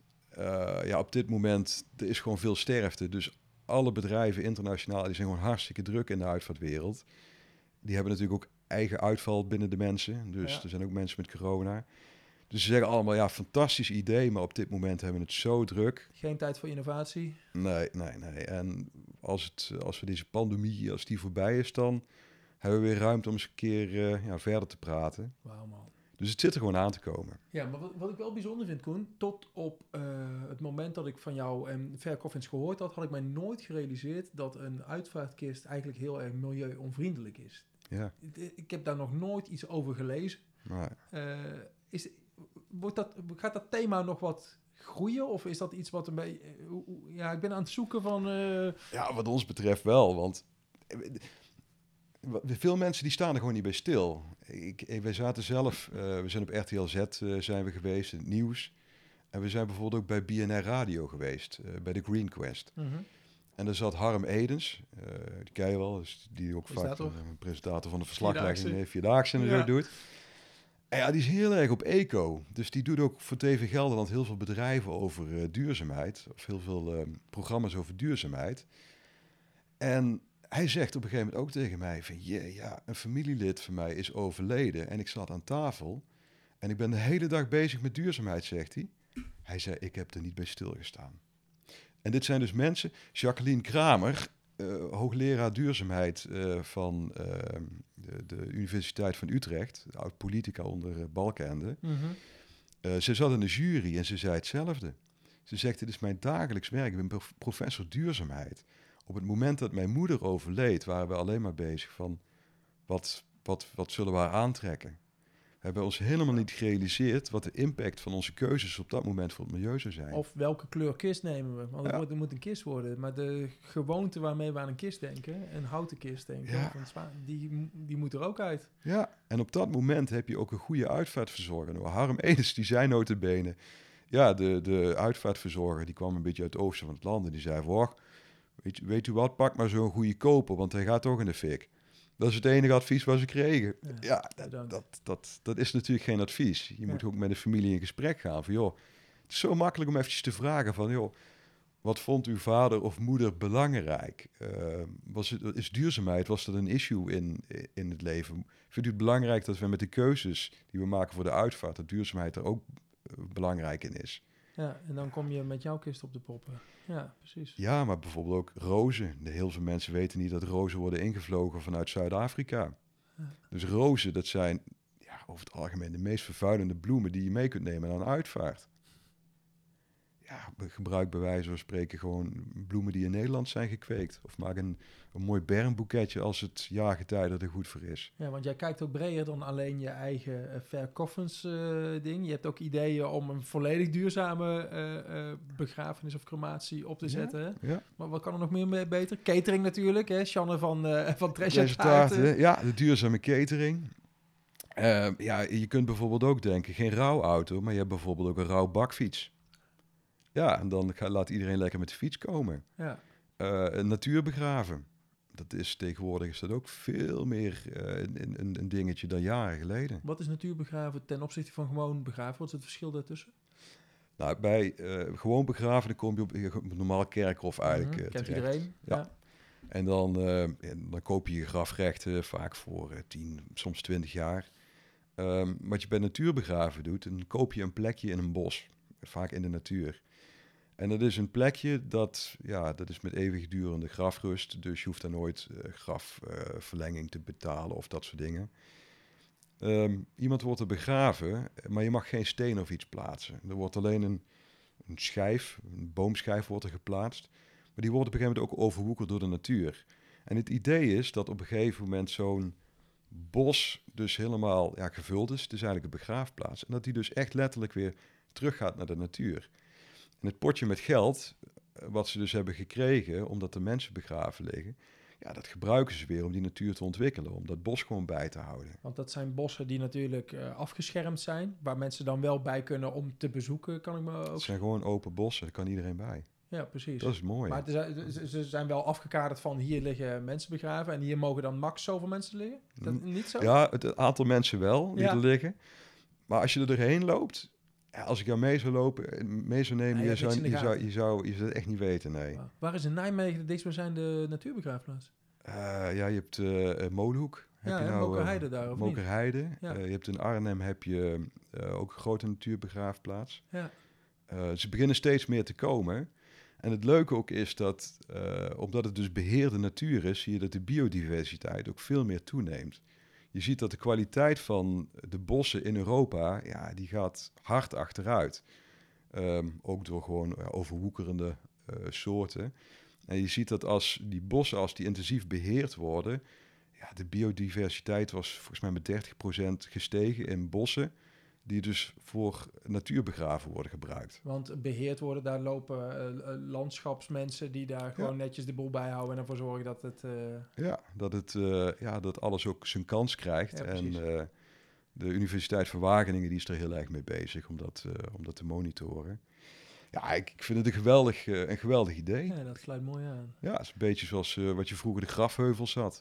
op dit moment, er is gewoon veel sterfte. Dus alle bedrijven internationaal, die zijn gewoon hartstikke druk in de uitvaartwereld. Die hebben natuurlijk ook eigen uitval binnen de mensen. Dus er zijn ook mensen met corona. Dus ze zeggen allemaal, ja, fantastisch idee, maar op dit moment hebben we het zo druk. Geen tijd voor innovatie? Nee. En als we deze pandemie, als die voorbij is, dan hebben we weer ruimte om eens een keer verder te praten. Wauw, man. Dus het zit er gewoon aan te komen. Ja, maar wat ik wel bijzonder vind, Koen, tot op het moment dat ik van jou en Fair Coffins gehoord had ik mij nooit gerealiseerd dat een uitvaartkist eigenlijk heel erg milieu-onvriendelijk is. Ja. Ik heb daar nog nooit iets over gelezen. Nee. Gaat dat thema nog wat groeien? Of is dat iets wat een beetje... ik ben aan het zoeken van... Ja, wat ons betreft wel, want... Veel mensen die staan er gewoon niet bij stil. Wij zaten zelf, we zijn op RTL Z zijn we geweest, in het nieuws. En we zijn bijvoorbeeld ook bij BNR Radio geweest, bij de Green Quest. Mm-hmm. En daar zat Harm Edens, die ken je wel, dus die ook vaak een presentator van de verslaglegging Vierdaagse en zo doet. En ja, die is heel erg op eco. Dus die doet ook voor TV Gelderland heel veel bedrijven over duurzaamheid. Of heel veel programma's over duurzaamheid. En hij zegt op een gegeven moment ook tegen mij van... een familielid van mij is overleden en ik zat aan tafel... en ik ben de hele dag bezig met duurzaamheid, zegt hij. Hij zei, ik heb er niet bij stilgestaan. En dit zijn dus mensen... Jacqueline Kramer, hoogleraar duurzaamheid van de Universiteit van Utrecht... oud-politica onder Balkenende. Mm-hmm. Ze zat in de jury en ze zei hetzelfde. Ze zegt, dit is mijn dagelijks werk. Ik ben professor duurzaamheid... Op het moment dat mijn moeder overleed, waren we alleen maar bezig van... Wat zullen we haar aantrekken? We hebben ons helemaal niet gerealiseerd wat de impact van onze keuzes op dat moment voor het milieu zou zijn. Of welke kleur kist nemen we? Want het moet een kist worden. Maar de gewoonte waarmee we aan een kist denken, een houten kist denken, die moet er ook uit. Ja, en op dat moment heb je ook een goede uitvaartverzorger. Harm Edens, die zei nota bene... Ja, de uitvaartverzorger die kwam een beetje uit het oosten van het land en die zei van, "Och, weet u wat, pak maar zo'n goede koper, want hij gaat toch in de fik." Dat is het enige advies wat ze kregen. Ja, dat is natuurlijk geen advies. Je moet ook met de familie in gesprek gaan van, joh, het is zo makkelijk om eventjes te vragen van, joh, wat vond uw vader of moeder belangrijk? Is duurzaamheid, was dat een issue in het leven? Vindt u het belangrijk dat we met de keuzes die we maken voor de uitvaart, dat duurzaamheid er ook belangrijk in is? Ja, en dan kom je met jouw kist op de proppen. Ja, precies. Ja, maar bijvoorbeeld ook rozen. Heel veel mensen weten niet dat rozen worden ingevlogen vanuit Zuid-Afrika. Ja. Dus rozen, dat zijn over het algemeen de meest vervuilende bloemen die je mee kunt nemen aan een uitvaart. Ja, gebruik bij wijze van spreken gewoon bloemen die in Nederland zijn gekweekt. Of maak een mooi bermboeketje als het jaargetijde er goed voor is. Ja, want jij kijkt ook breder dan alleen je eigen Fair Coffins ding. Je hebt ook ideeën om een volledig duurzame begrafenis of crematie op te zetten. Hè? Ja. Maar wat kan er nog meer mee beter? Catering natuurlijk, hè? Sjanne van Treasure Taarten. Ja, de duurzame catering. Je kunt bijvoorbeeld ook denken, geen rouwauto, maar je hebt bijvoorbeeld ook een rouwbakfiets. Ja, en dan laat iedereen lekker met de fiets komen. Ja. Een natuurbegraven. Tegenwoordig is dat ook veel meer een dingetje dan jaren geleden. Wat is natuurbegraven ten opzichte van gewoon begraven? Wat is het verschil daartussen? Nou, bij gewoon begraven, dan kom je op een normaal kerkhof eigenlijk kent terecht. iedereen. Ja. En dan koop je je grafrechten vaak voor 10, soms 20 jaar. Wat je bij natuurbegraven doet, dan koop je een plekje in een bos. Vaak in de natuur. En dat is een plekje dat is met eeuwigdurende grafrust. Dus je hoeft daar nooit grafverlenging te betalen of dat soort dingen. Iemand wordt er begraven, maar je mag geen steen of iets plaatsen. Er wordt alleen een schijf, een boomschijf wordt er geplaatst. Maar die wordt op een gegeven moment ook overwoekerd door de natuur. En het idee is dat op een gegeven moment zo'n bos dus helemaal gevuld is. Het is eigenlijk een begraafplaats. En dat die dus echt letterlijk weer teruggaat naar de natuur. En het potje met geld, wat ze dus hebben gekregen, omdat de mensen begraven liggen, dat gebruiken ze weer om die natuur te ontwikkelen, om dat bos gewoon bij te houden. Want dat zijn bossen die natuurlijk afgeschermd zijn, waar mensen dan wel bij kunnen om te bezoeken, kan ik me ook... Het zijn gewoon open bossen, daar kan iedereen bij. Ja, precies. Dat is mooi. Maar ze zijn wel afgekaderd van hier liggen mensen begraven en hier mogen dan max zoveel mensen liggen? Is dat niet zo? Ja, het aantal mensen wel die er liggen. Maar als je er doorheen loopt, als ik jou mee zou nemen, je zou het echt niet weten, nee. Wow. Waar is in Nijmegen de dichtstbijzijnde natuurbegraafplaats? Je hebt Molenhoek. Mokerheide daar, of Mokerheide. niet? Ja. Je hebt in Arnhem ook een grote natuurbegraafplaats. Ja. Ze beginnen steeds meer te komen. En het leuke ook is dat, omdat het dus beheerde natuur is, zie je dat de biodiversiteit ook veel meer toeneemt. Je ziet dat de kwaliteit van de bossen in Europa, die gaat hard achteruit. Ook door gewoon overwoekerende soorten. En je ziet dat als die bossen, als die intensief beheerd worden, de biodiversiteit was volgens mij met 30% gestegen in bossen, die dus voor natuurbegraven worden gebruikt. Want beheerd worden, daar lopen landschapsmensen die daar gewoon netjes de boel bijhouden en ervoor zorgen dat het... dat alles ook zijn kans krijgt. Ja, en de Universiteit van Wageningen die is er heel erg mee bezig om dat te monitoren. Ja, ik vind het een geweldig idee. Ja, dat sluit mooi aan. Ja, het is een beetje zoals wat je vroeger de grafheuvels had.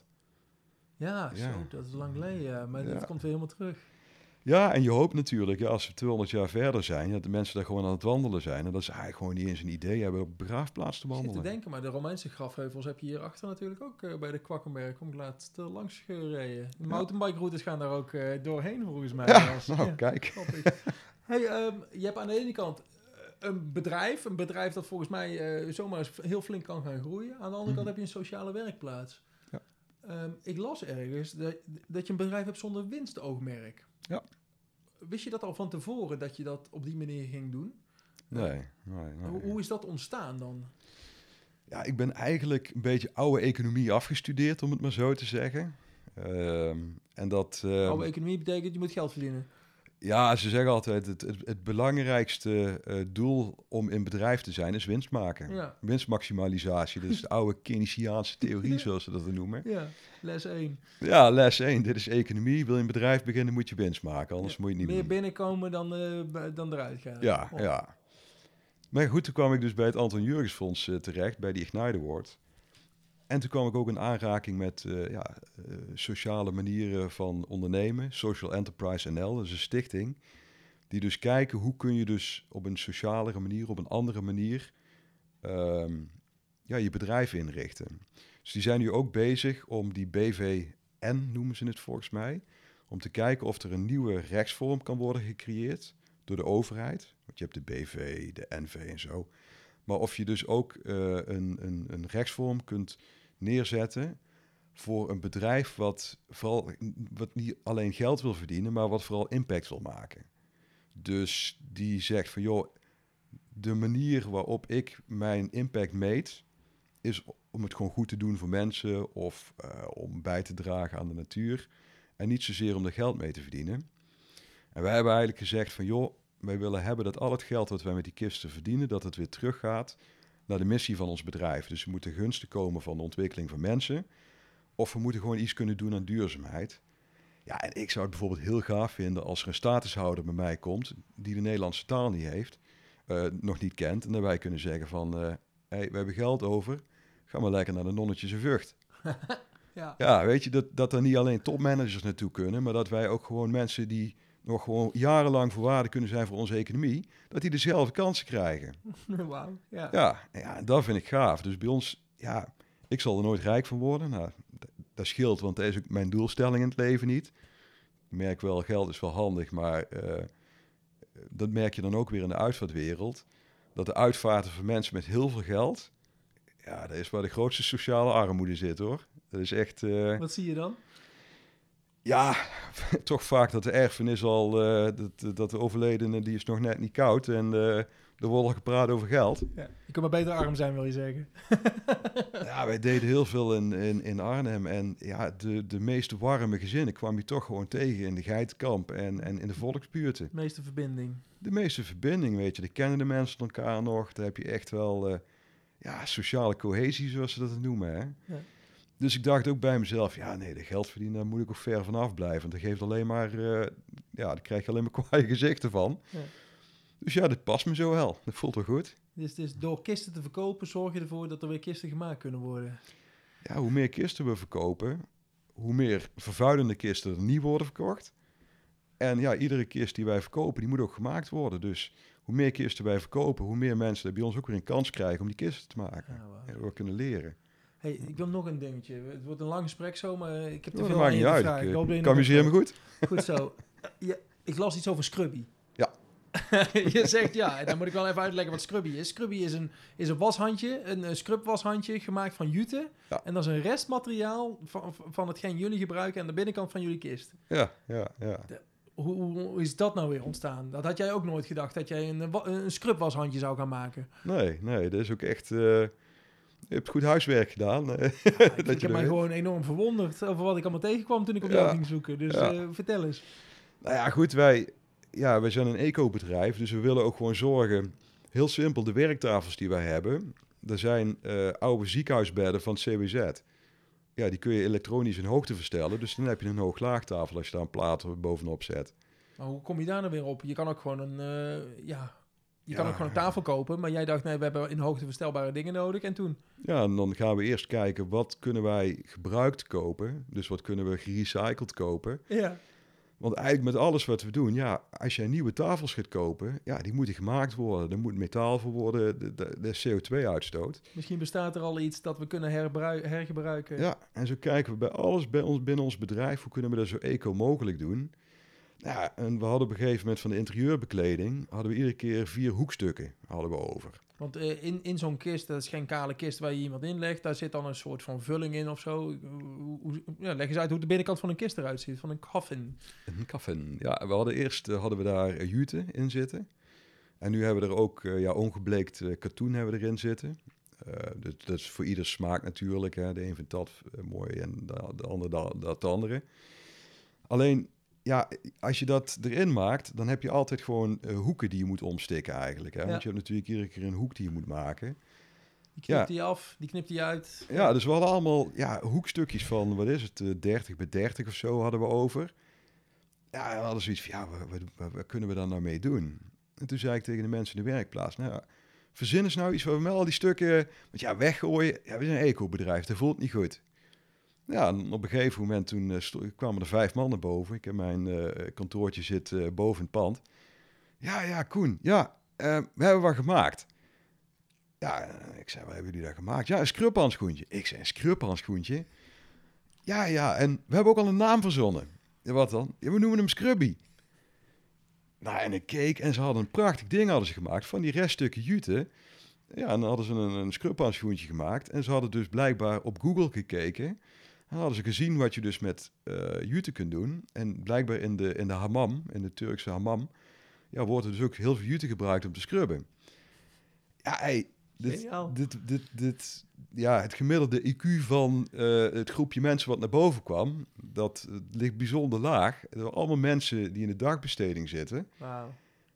Ja, zo, dat is lang geleden, maar dat komt weer helemaal terug. Ja, en je hoopt natuurlijk, als we 200 jaar verder zijn, dat de mensen daar gewoon aan het wandelen zijn. En dat ze eigenlijk gewoon niet eens een idee hebben op begraafplaats te wandelen. Ik zit te denken, maar de Romeinse grafheuvels heb je hierachter natuurlijk ook bij de Kwakkenberg. Kom ik laatst langs gereden. De mountainbike-routes gaan daar ook doorheen volgens mij. Kijk. Hey, je hebt aan de ene kant een bedrijf dat volgens mij zomaar heel flink kan gaan groeien. Aan de andere kant heb je een sociale werkplaats. Ja. Ik las ergens dat je een bedrijf hebt zonder winstoogmerk. Ja. Wist je dat al van tevoren, dat je dat op die manier ging doen? Nee. Hoe is dat ontstaan dan? Ja, ik ben eigenlijk een beetje oude economie afgestudeerd, om het maar zo te zeggen. Oude economie betekent, je moet geld verdienen. Ja, ze zeggen altijd, het belangrijkste doel om in bedrijf te zijn is winst maken. Ja. Winstmaximalisatie, dat is de oude Keynesiaanse theorie, zoals ze dat noemen. Ja, les 1. Ja, les 1. Dit is economie. Wil je een bedrijf beginnen, moet je winst maken. Anders moet je het niet meer doen. binnenkomen dan eruit gaan. Ja. Maar goed, toen kwam ik dus bij het Anton Jurgens terecht, bij die Ignite Award. En toen kwam ik ook in aanraking met sociale manieren van ondernemen. Social Enterprise NL, dat is een stichting. Die dus kijken hoe kun je dus op een socialere manier, op een andere manier, je bedrijf inrichten. Dus die zijn nu ook bezig om die BVN, noemen ze het volgens mij, om te kijken of er een nieuwe rechtsvorm kan worden gecreëerd door de overheid. Want je hebt de BV, de NV en zo. Maar of je dus ook een rechtsvorm kunt neerzetten voor een bedrijf wat niet alleen geld wil verdienen, maar wat vooral impact wil maken. Dus die zegt van, joh, de manier waarop ik mijn impact meet, is om het gewoon goed te doen voor mensen of om bij te dragen aan de natuur. En niet zozeer om er geld mee te verdienen. En wij hebben eigenlijk gezegd van, joh, wij willen hebben dat al het geld dat wij met die kisten verdienen, dat het weer teruggaat naar de missie van ons bedrijf. Dus we moeten gunsten komen van de ontwikkeling van mensen. Of we moeten gewoon iets kunnen doen aan duurzaamheid. Ja, en ik zou het bijvoorbeeld heel gaaf vinden als er een statushouder bij mij komt die de Nederlandse taal niet heeft, nog niet kent. En dat wij kunnen zeggen van, hey, we hebben geld over, ga maar lekker naar de Nonnetjes en Vught. Ja, weet je, dat er niet alleen topmanagers naartoe kunnen, maar dat wij ook gewoon mensen die nog gewoon jarenlang voor waarde kunnen zijn voor onze economie, dat die dezelfde kansen krijgen. Wauw, ja. Ja, dat vind ik gaaf. Dus bij ons, ja, ik zal er nooit rijk van worden. Nou, dat scheelt, want dat is ook mijn doelstelling in het leven niet. Ik merk wel, geld is wel handig, maar dat merk je dan ook weer in de uitvaartwereld. Dat de uitvaarten voor mensen met heel veel geld, ja, dat is waar de grootste sociale armoede zit, hoor. Dat is echt... Wat zie je dan? Ja, toch vaak dat de erfenis al, dat de overledene, die is nog net niet koud en er wordt al gepraat over geld. Ja. Je kunt maar beter arm zijn, wil je zeggen. Ja, wij deden heel veel in Arnhem en ja, de meeste warme gezinnen kwam je toch gewoon tegen in de Geitenkamp en in de volksbuurten. De meeste verbinding. De meeste verbinding, weet je, de kennen de mensen elkaar nog. Daar heb je echt wel sociale cohesie, zoals ze dat noemen, hè. Ja. Dus ik dacht ook bij mezelf, ja nee, dat geld verdienen, daar moet ik ook ver vanaf blijven. Want dat geeft alleen maar, daar krijg je alleen maar kwaaie gezichten van. Ja. Dus ja, dat past me zo wel. Dat voelt wel goed. Dus door kisten te verkopen zorg je ervoor dat er weer kisten gemaakt kunnen worden. Ja, hoe meer kisten we verkopen, hoe meer vervuilende kisten er niet worden verkocht. En ja, iedere kist die wij verkopen, die moet ook gemaakt worden. Dus hoe meer kisten wij verkopen, hoe meer mensen bij ons ook weer een kans krijgen om die kisten te maken. Ja, wow. En we kunnen leren. Hey, ik wil nog een dingetje. Het wordt een lang gesprek zo, maar ik heb te Dat veel maakt aan niet je uit. vragen. Ik hoop dat je Ik nog amuseer me hebt. goed. Goed zo. Ja, ik las iets over Scrubby. Ja. Je zegt ja, en dan moet ik wel even uitleggen wat Scrubby is. Scrubby is een washandje, een scrubwashandje gemaat van jute. Ja. En dat is een restmateriaal van hetgeen jullie gebruiken aan de binnenkant van jullie kist. Ja. Hoe is dat nou weer ontstaan? Dat had jij ook nooit gedacht, dat jij een scrubwashandje zou gaan maken. Nee, dat is ook echt... je hebt goed huiswerk gedaan. Ik heb mij gewoon enorm verwonderd over wat ik allemaal tegenkwam toen ik op jou ging zoeken. Dus vertel eens. Nou ja, goed, wij zijn een eco-bedrijf, dus we willen ook gewoon zorgen... Heel simpel, de werktafels die wij hebben, dat zijn oude ziekenhuisbedden van het CWZ. Ja, die kun je elektronisch in hoogte verstellen, dus dan heb je een hoog-laagtafel als je daar een plaat bovenop zet. Maar hoe kom je daar nou weer op? Je kan ook gewoon kan ook gewoon een tafel kopen, maar jij dacht, nee, we hebben in hoogte verstelbare dingen nodig. En toen? Ja, en dan gaan we eerst kijken, wat kunnen wij gebruikt kopen? Dus wat kunnen we gerecycled kopen? Ja. Want eigenlijk met alles wat we doen, ja, als jij nieuwe tafels gaat kopen, ja, die moeten gemaakt worden. Er moet metaal voor worden, de CO2-uitstoot. Misschien bestaat er al iets dat we kunnen hergebruiken. Ja, en zo kijken we bij alles binnen ons bedrijf, hoe kunnen we dat zo eco mogelijk doen? Ja, en we hadden op een gegeven moment van de interieurbekleding, hadden we iedere keer 4 hoekstukken hadden we over. Want in zo'n kist, dat is geen kale kist waar je iemand inlegt, daar zit dan een soort van vulling in of zo. Leg eens uit hoe de binnenkant van een kist eruit ziet, van een coffin. Een coffin, ja. We hadden eerst hadden we daar jute in zitten. En nu hebben we er ook ongebleekt katoen hebben we erin zitten. Dat is voor ieder smaak natuurlijk. Hè. De een vindt dat mooi en de ander dat andere. Alleen... Ja, als je dat erin maakt, dan heb je altijd gewoon hoeken die je moet omstikken eigenlijk. Hè? Ja. Want je hebt natuurlijk iedere keer een hoek die je moet maken. Die knipt hij af, die knipt hij uit. Ja, dus we hadden allemaal hoekstukjes van, wat is het, 30 bij 30 of zo hadden we over. Ja, en hadden zoiets van, wat kunnen we daar nou mee doen? En toen zei ik tegen de mensen in de werkplaats, nou ja, verzin eens nou iets waar we met al die stukken... Want ja, weggooien. Ja, we zijn een ecobedrijf. Dat voelt niet goed. Ja, en op een gegeven moment toen kwamen er 5 man naar boven. Ik heb mijn kantoortje zit boven het pand. Ja, Koen. Ja, we hebben wat gemaakt. Ja, ik zei, wat hebben jullie daar gemaakt? Ja, een scrubhandschoentje. Ik zei, een scrubhandschoentje? Ja, en we hebben ook al een naam verzonnen. Ja, wat dan? Ja, we noemen hem Scrubby. Nou, en ik keek en ze hadden een prachtig ding hadden ze gemaakt van die reststukken jute. Ja, en dan hadden ze een scrubhandschoentje gemaakt. En ze hadden dus blijkbaar op Google gekeken. En hadden ze gezien wat je dus met jute kunt doen. En blijkbaar in de hammam, in de Turkse hammam, ja, wordt er dus ook heel veel jute gebruikt om te scrubben. Ja, ja, het gemiddelde IQ van het groepje mensen wat naar boven kwam, dat ligt bijzonder laag. Er waren allemaal mensen die in de dagbesteding zitten. Wauw.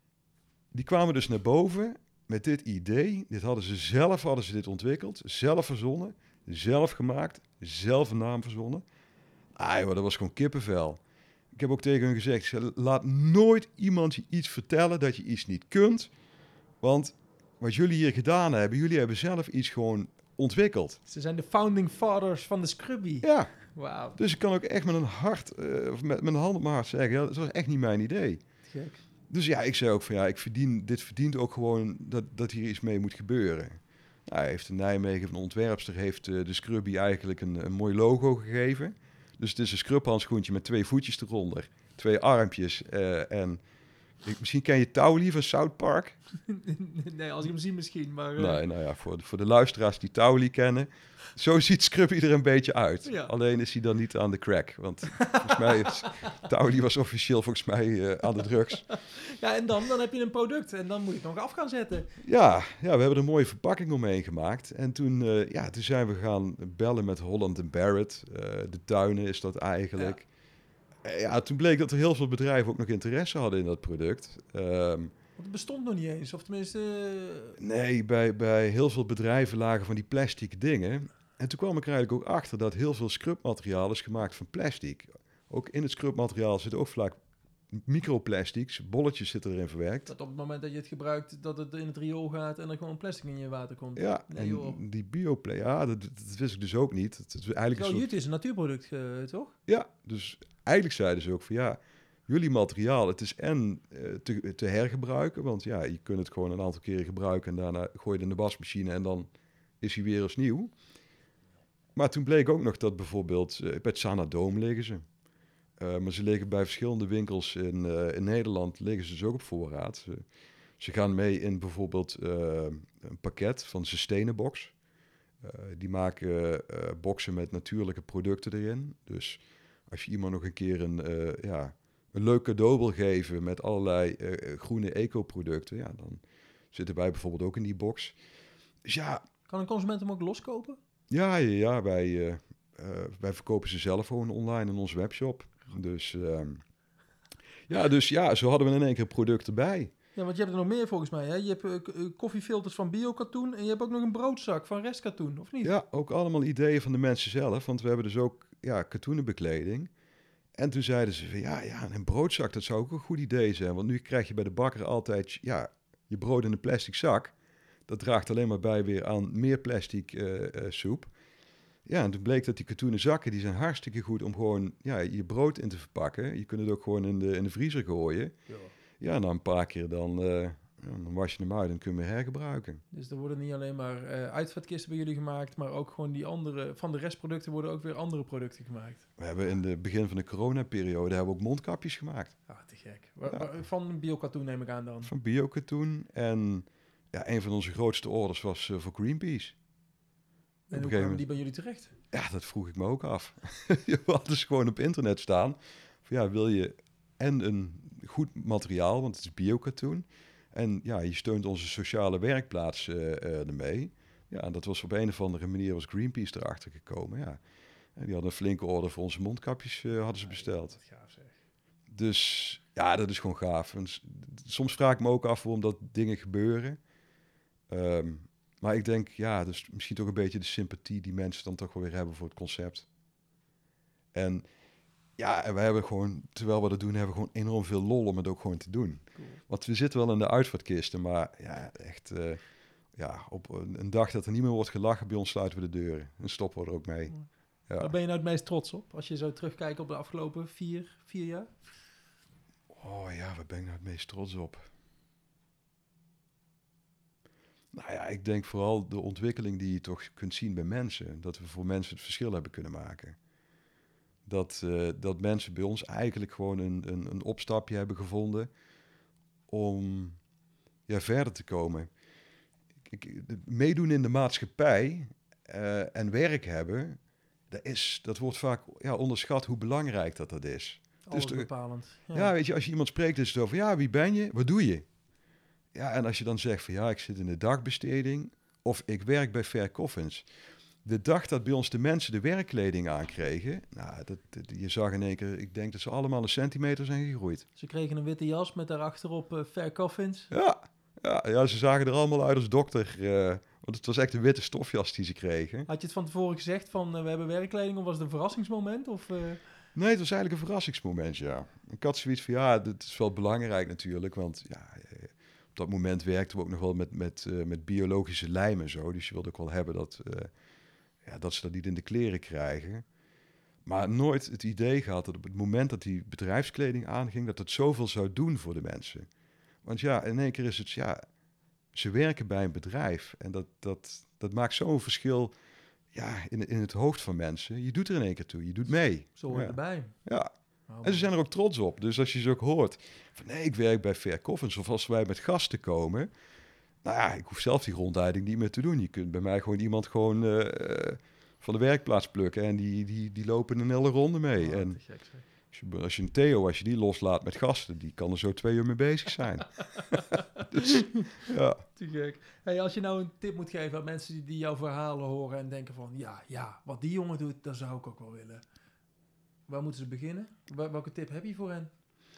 Die kwamen dus naar boven met dit idee. Dit hadden ze dit ontwikkeld, zelf verzonnen, zelf gemaakt, zelf een naam verzonnen. Ah, joh, dat was gewoon kippenvel. Ik heb ook tegen hun gezegd, laat nooit iemand je iets vertellen dat je iets niet kunt. Want wat jullie hier gedaan hebben, jullie hebben zelf iets gewoon ontwikkeld. Ze zijn de founding fathers van de Scrubby. Ja. Wauw. Dus ik kan ook echt met een hart, of met mijn hand op mijn hart zeggen, ja, dat was echt niet mijn idee. Gek. Dus ja, ik zei ook van ja, dit verdient ook gewoon dat hier iets mee moet gebeuren. Nou, hij heeft in Nijmegen, een ontwerpster, heeft de Scrubby eigenlijk een mooi logo gegeven. Dus het is een scrubhandschoentje met 2 voetjes eronder, 2 armpjes en... Misschien ken je Towelie van South Park. Nee, als ik hem zie misschien, maar... Nee, nou ja, voor de luisteraars die Towelie kennen. Zo ziet Scrubby er een beetje uit. Ja. Alleen is hij dan niet aan de crack. Want volgens mij is... Towelie was officieel volgens mij aan de drugs. Ja, en dan heb je een product. En dan moet je het nog af gaan zetten. Ja, we hebben er een mooie verpakking omheen gemaakt. En toen zijn we gaan bellen met Holland & Barrett. De tuinen is dat eigenlijk. Ja. Ja, toen bleek dat er heel veel bedrijven ook nog interesse hadden in dat product. Want het bestond nog niet eens, of tenminste... Nee, bij heel veel bedrijven lagen van die plastic dingen. En toen kwam ik er eigenlijk ook achter dat heel veel scrubmateriaal is gemaakt van plastic. Ook in het scrubmateriaal zit ook vaak microplastics, bolletjes zitten erin verwerkt. Dat op het moment dat je het gebruikt, dat het in het riool gaat en er gewoon plastic in je water komt. Ja, nee, en joh. Die dat wist ik dus ook niet. Het is eigenlijk jute is een natuurproduct, toch? Ja, dus eigenlijk zeiden ze ook van ja, jullie materiaal, het is te hergebruiken, want ja, je kunt het gewoon een aantal keren gebruiken en daarna gooi je het in de wasmachine en dan is hij weer als nieuw. Maar toen bleek ook nog dat bijvoorbeeld, bij het Sanadome liggen ze. Maar ze liggen bij verschillende winkels in Nederland, liggen ze dus ook op voorraad. Ze gaan mee in bijvoorbeeld een pakket van Sustainabox. Die maken boxen met natuurlijke producten erin. Dus als je iemand nog een keer een leuk cadeau wil geven met allerlei groene eco-producten, ja, dan zitten wij bijvoorbeeld ook in die box. Dus ja... Kan een consument hem ook loskopen? Ja, wij verkopen ze zelf gewoon online in onze webshop. Dus zo hadden we in één keer product erbij. Ja, want je hebt er nog meer volgens mij. Hè? Je hebt koffiefilters van biokatoen en je hebt ook nog een broodzak van restkatoen, of niet? Ja, ook allemaal ideeën van de mensen zelf. Want we hebben dus ook katoenen bekleding. En toen zeiden ze van ja, een broodzak, dat zou ook een goed idee zijn. Want nu krijg je bij de bakker altijd je brood in een plastic zak. Dat draagt alleen maar bij weer aan meer plastic soep. Ja, en toen bleek dat die katoenen zakken, die zijn hartstikke goed om gewoon je brood in te verpakken. Je kunt het ook gewoon in de vriezer gooien. Ja, na een paar keer dan was je hem uit en kun je hem hergebruiken. Dus er worden niet alleen maar uitvaartkisten bij jullie gemaakt, maar ook gewoon die andere, van de restproducten worden ook weer andere producten gemaakt. We hebben in het begin van de coronaperiode hebben we ook mondkapjes gemaakt. Ah, te gek. Van biokatoen neem ik aan dan? Van biokatoen en een van onze grootste orders was voor Greenpeace. En hoe kwamen die bij jullie terecht? Ja, dat vroeg ik me ook af. Je had dus gewoon op internet staan. Van, wil je een goed materiaal, want het is biokatoen. En je steunt onze sociale werkplaats ermee. Ja, en dat was op een of andere manier was Greenpeace erachter gekomen. Ja. En die hadden een flinke order voor onze mondkapjes hadden ze besteld. Wat gaaf zeg. Dus dat is gewoon gaaf. En soms vraag ik me ook af waarom dat dingen gebeuren. Maar ik denk, dus misschien toch een beetje de sympathie die mensen dan toch wel weer hebben voor het concept. En we hebben gewoon, terwijl we dat doen, hebben we gewoon enorm veel lol om het ook gewoon te doen. Cool. Want we zitten wel in de uitvaartkisten, maar echt ja, op een dag dat er niet meer wordt gelachen, bij ons sluiten we de deuren. En stoppen we er ook mee. Ja. Waar ben je nou het meest trots op? Als je zo terugkijkt op de afgelopen vier jaar? Oh ja, waar ben ik nou het meest trots op? Nou ja, ik denk vooral de ontwikkeling die je toch kunt zien bij mensen. Dat we voor mensen het verschil hebben kunnen maken. Dat mensen bij ons eigenlijk gewoon een opstapje hebben gevonden om verder te komen. Meedoen in de maatschappij en werk hebben, dat wordt vaak onderschat hoe belangrijk dat is. Alles Dus bepalend. ja, weet je, als je iemand spreekt, is het over, ja, wie ben je? Wat doe je? Ja, en als je dan zegt van, ja, ik zit in de dagbesteding of ik werk bij Fair Coffins. De dag dat bij ons de mensen de werkkleding aankregen, nou, je zag in één keer, ik denk dat ze allemaal een centimeter zijn gegroeid. Ze kregen een witte jas met daarachterop Fair Coffins. Ja, ze zagen er allemaal uit als dokter, want het was echt een witte stofjas die ze kregen. Had je het van tevoren gezegd van we hebben werkkleding of was het een verrassingsmoment? Of, Nee, het was eigenlijk een verrassingsmoment, ja. Ik had zoiets van, ja, dit is wel belangrijk natuurlijk, want ja, op dat moment werkten we ook nog wel met biologische lijm en zo. Dus je wilde ook wel hebben dat ze dat niet in de kleren krijgen. Maar nooit het idee gehad dat op het moment dat die bedrijfskleding aanging, dat het zoveel zou doen voor de mensen. Want ja, in één keer is het, ja, ze werken bij een bedrijf. En dat maakt zo'n verschil in het hoofd van mensen. Je doet er in één keer toe, je doet mee. Zo hoor je erbij. Ja. Oh, En ze zijn er ook trots op. Dus als je ze ook hoort van nee, ik werk bij Fair Coffins, of als wij met gasten komen, nou ja, ik hoef zelf die rondleiding niet meer te doen. Je kunt bij mij gewoon iemand van de werkplaats plukken en die lopen een hele ronde mee. Oh, En gek, zeg. als je een Theo, als je die loslaat met gasten, die kan er zo 2 uur mee bezig zijn. Dus, ja. Te gek. Hey, als je nou een tip moet geven aan mensen die jouw verhalen horen en denken van ja, wat die jongen doet, dat zou ik ook wel willen. Waar moeten ze beginnen? Welke tip heb je voor hen?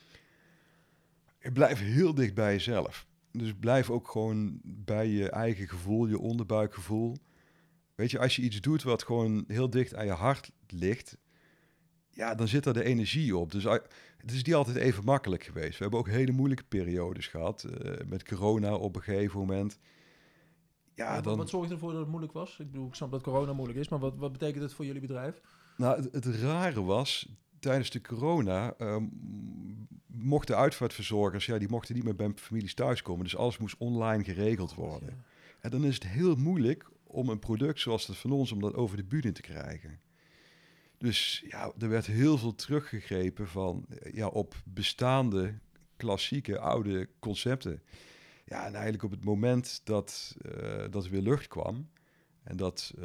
Blijf heel dicht bij jezelf. Dus blijf ook gewoon bij je eigen gevoel, je onderbuikgevoel. Weet je, als je iets doet wat gewoon heel dicht aan je hart ligt, ja, dan zit er de energie op. Dus het is niet altijd even makkelijk geweest. We hebben ook hele moeilijke periodes gehad. Met corona op een gegeven moment. Ja, Wat zorgt ervoor dat het moeilijk was? Ik bedoel, ik snap dat corona moeilijk is, maar wat betekent het voor jullie bedrijf? Nou, het rare was, tijdens de corona mochten uitvaartverzorgers, die mochten niet meer bij families thuiskomen. Dus alles moest online geregeld worden. Ja. En dan is het heel moeilijk om een product zoals dat van ons, om dat over de bühne te krijgen. Dus ja, er werd heel veel teruggegrepen op bestaande, klassieke, oude concepten. Ja, en eigenlijk op het moment dat er weer lucht kwam en dat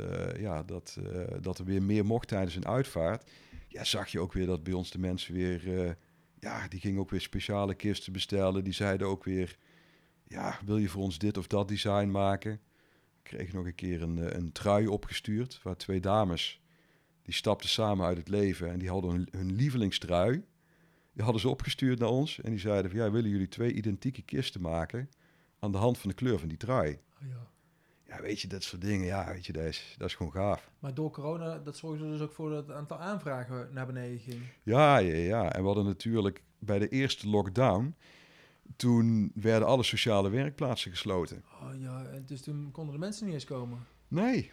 er weer meer mocht tijdens een uitvaart, ja, zag je ook weer dat bij ons de mensen weer, die gingen ook weer speciale kisten bestellen. Die zeiden ook weer, ja, wil je voor ons dit of dat design maken? Ik kreeg nog een keer een trui opgestuurd, waar 2 dames, die stapten samen uit het leven en die hadden hun lievelingstrui. Die hadden ze opgestuurd naar ons en die zeiden van, ja, willen jullie 2 identieke kisten maken aan de hand van de kleur van die trui? Oh, ja. Ja, weet je, dat soort dingen, ja, weet je, dat is gewoon gaaf. Maar door corona, dat zorgde er dus ook voor dat het aantal aanvragen naar beneden ging. Ja. En we hadden natuurlijk bij de eerste lockdown, toen werden alle sociale werkplaatsen gesloten. Oh ja, en dus toen konden de mensen niet eens komen. Nee,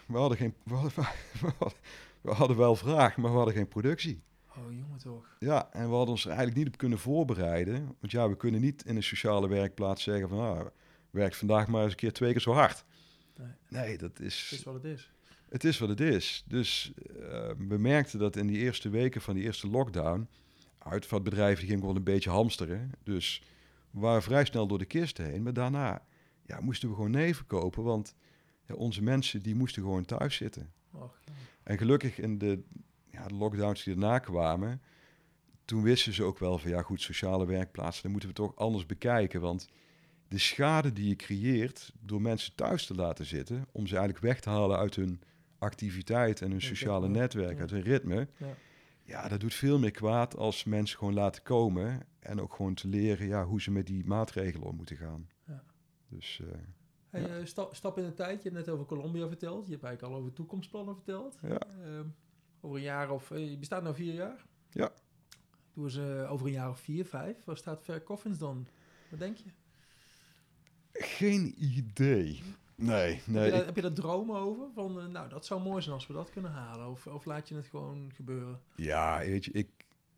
we hadden wel vraag, maar we hadden geen productie. Oh jongen toch. Ja, en we hadden ons er eigenlijk niet op kunnen voorbereiden. Want ja, we kunnen niet in een sociale werkplaats zeggen van, werk vandaag maar eens een keer 2 keer zo hard. Nee, dat is... Het is wat het is. Het is wat het is. Dus we merkten dat in die eerste weken van die eerste lockdown, uitvaartbedrijven gingen wel een beetje hamsteren. Dus we waren vrij snel door de kisten heen. Maar daarna moesten we gewoon nevenkopen, want onze mensen die moesten gewoon thuis zitten. Och, ja. En gelukkig in de lockdowns die erna kwamen, toen wisten ze ook wel van sociale werkplaatsen, dan moeten we toch anders bekijken. Want de schade die je creëert door mensen thuis te laten zitten, om ze eigenlijk weg te halen uit hun activiteit en hun sociale netwerk, uit hun ritme. Ja, dat doet veel meer kwaad als mensen gewoon laten komen en ook gewoon te leren hoe ze met die maatregelen om moeten gaan. Ja. Dus... stap in de tijd. Je hebt net over Colombia verteld. Je hebt eigenlijk al over toekomstplannen verteld. Ja. Over een jaar of... je bestaat nu 4 jaar? Ja. Doe eens over een jaar of 4, 5. Waar staat Fair Coffins dan? Wat denk je? Geen idee. Nee. Heb je daar dromen over? Van, nou, dat zou mooi zijn als we dat kunnen halen. Of laat je het gewoon gebeuren? Ja, weet je,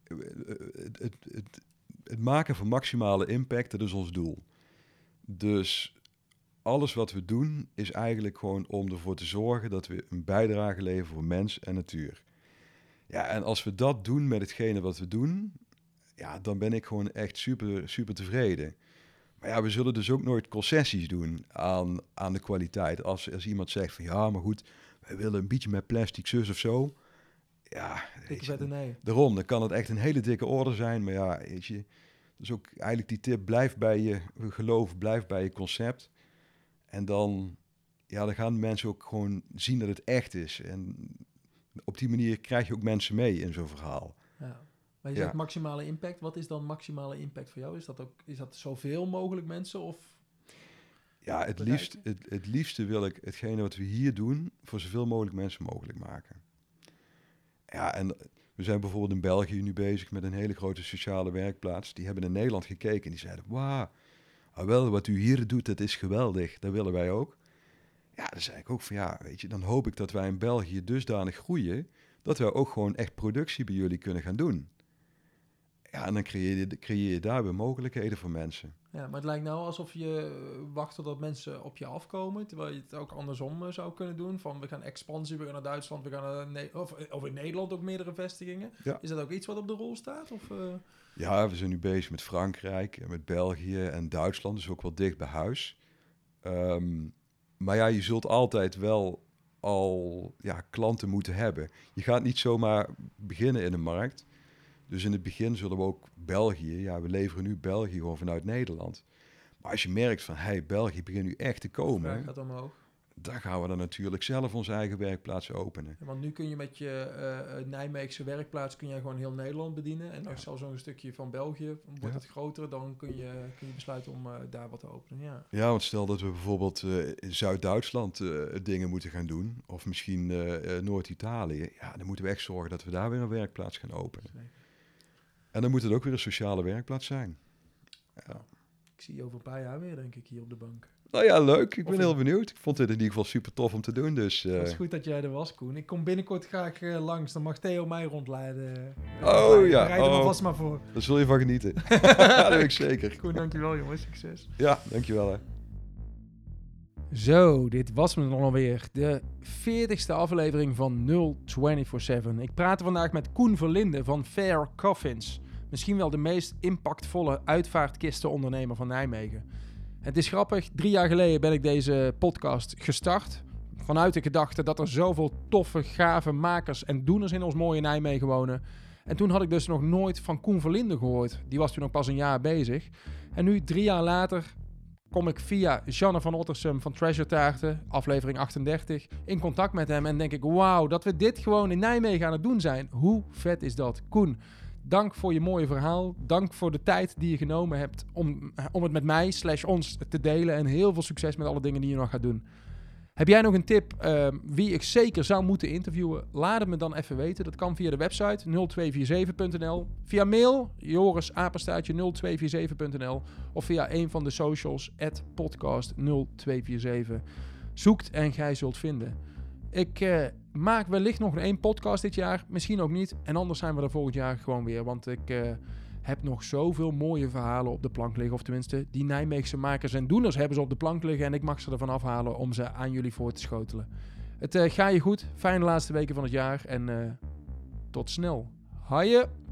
het maken van maximale impact, dat is ons doel. Dus alles wat we doen is eigenlijk gewoon om ervoor te zorgen dat we een bijdrage leveren voor mens en natuur. Ja, en als we dat doen met hetgene wat we doen, ja, dan ben ik gewoon echt super, super tevreden. Maar ja, we zullen dus ook nooit concessies doen aan de kwaliteit. Als iemand zegt van ja, maar goed, wij willen een beetje met plastic zus of zo. Ja, Dikke vette nee. daarom, dan kan het echt een hele dikke order zijn. Maar ja, weet je, dus ook eigenlijk die tip, blijf bij je geloof, blijf bij je concept. En dan gaan mensen ook gewoon zien dat het echt is. En op die manier krijg je ook mensen mee in zo'n verhaal. Ja. Maar je zegt maximale impact. Wat is dan maximale impact voor jou? Is dat zoveel mogelijk mensen? Of ja, het liefste wil ik hetgene wat we hier doen voor zoveel mogelijk mensen mogelijk maken. Ja, en we zijn bijvoorbeeld in België nu bezig met een hele grote sociale werkplaats. Die hebben in Nederland gekeken en die zeiden, wauw, wel, wat u hier doet, dat is geweldig. Dat willen wij ook. Ja, dan zei ik ook van ja, weet je, dan hoop ik dat wij in België dusdanig groeien, dat wij ook gewoon echt productie bij jullie kunnen gaan doen. Ja, en dan creëer je daar weer mogelijkheden voor mensen. Ja, maar het lijkt nou alsof je wacht totdat mensen op je afkomen, terwijl je het ook andersom zou kunnen doen. Van we gaan expansie, we gaan naar Duitsland, we gaan naar of in Nederland ook meerdere vestigingen. Ja. Is dat ook iets wat op de rol staat? Of, Ja, we zijn nu bezig met Frankrijk en met België en Duitsland, dus ook wel dicht bij huis. Maar ja, je zult altijd wel al klanten moeten hebben. Je gaat niet zomaar beginnen in de markt. Dus in het begin zullen we ook België, we leveren nu België gewoon vanuit Nederland. Maar als je merkt van, België begint nu echt te komen. Vraag gaat omhoog. Dan gaan we dan natuurlijk zelf onze eigen werkplaatsen openen. Ja, want nu kun je met je Nijmeegse werkplaats kun je gewoon heel Nederland bedienen. En dan zal zo'n stukje van België, wordt het groter, dan kun je besluiten om daar wat te openen. Ja, want stel dat we bijvoorbeeld in Zuid-Duitsland dingen moeten gaan doen. Of misschien Noord-Italië. Ja, dan moeten we echt zorgen dat we daar weer een werkplaats gaan openen. Zeker. En dan moet het ook weer een sociale werkplaats zijn. Ja. Ik zie je over een paar jaar weer, denk ik, hier op de bank. Nou ja, leuk. Ik ben heel benieuwd. Ik vond dit in ieder geval super tof om te doen. Dus, het is goed dat jij er was, Koen. Ik kom binnenkort graag langs. Dan mag Theo mij rondleiden. Oh ja. Rijd er alvast maar voor. Daar zul je van genieten. Dat weet ik zeker. Koen, dankjewel jongens. Succes. Ja, dankjewel hè. Zo, dit was me dan alweer. De 40ste aflevering van 0247. Ik praatte vandaag met Koen Verlinden van Fair Coffins. Misschien wel de meest impactvolle uitvaartkistenondernemer van Nijmegen. Het is grappig, 3 jaar geleden ben ik deze podcast gestart. Vanuit de gedachte dat er zoveel toffe, gave makers en doeners in ons mooie Nijmegen wonen. En toen had ik dus nog nooit van Koen Verlinden gehoord. Die was toen nog pas een jaar bezig. En nu, 3 jaar later, kom ik via Janne van Ottersum van Treasure Taarten, aflevering 38, in contact met hem. En denk ik, wauw, dat we dit gewoon in Nijmegen aan het doen zijn. Hoe vet is dat? Koen, dank voor je mooie verhaal. Dank voor de tijd die je genomen hebt om het met mij /ons te delen. En heel veel succes met alle dingen die je nog gaat doen. Heb jij nog een tip wie ik zeker zou moeten interviewen? Laat het me dan even weten. Dat kan via de website 0247.nl. Via mail joris@0247.nl. Of via een van de socials @podcast0247. Zoekt en gij zult vinden. Ik maak wellicht nog 1 podcast dit jaar. Misschien ook niet. En anders zijn we er volgend jaar gewoon weer. Want ik heb nog zoveel mooie verhalen op de plank liggen. Of tenminste, die Nijmeegse makers en doeners hebben ze op de plank liggen. En ik mag ze ervan afhalen om ze aan jullie voor te schotelen. Het gaat je goed. Fijne laatste weken van het jaar. En tot snel. Haaien!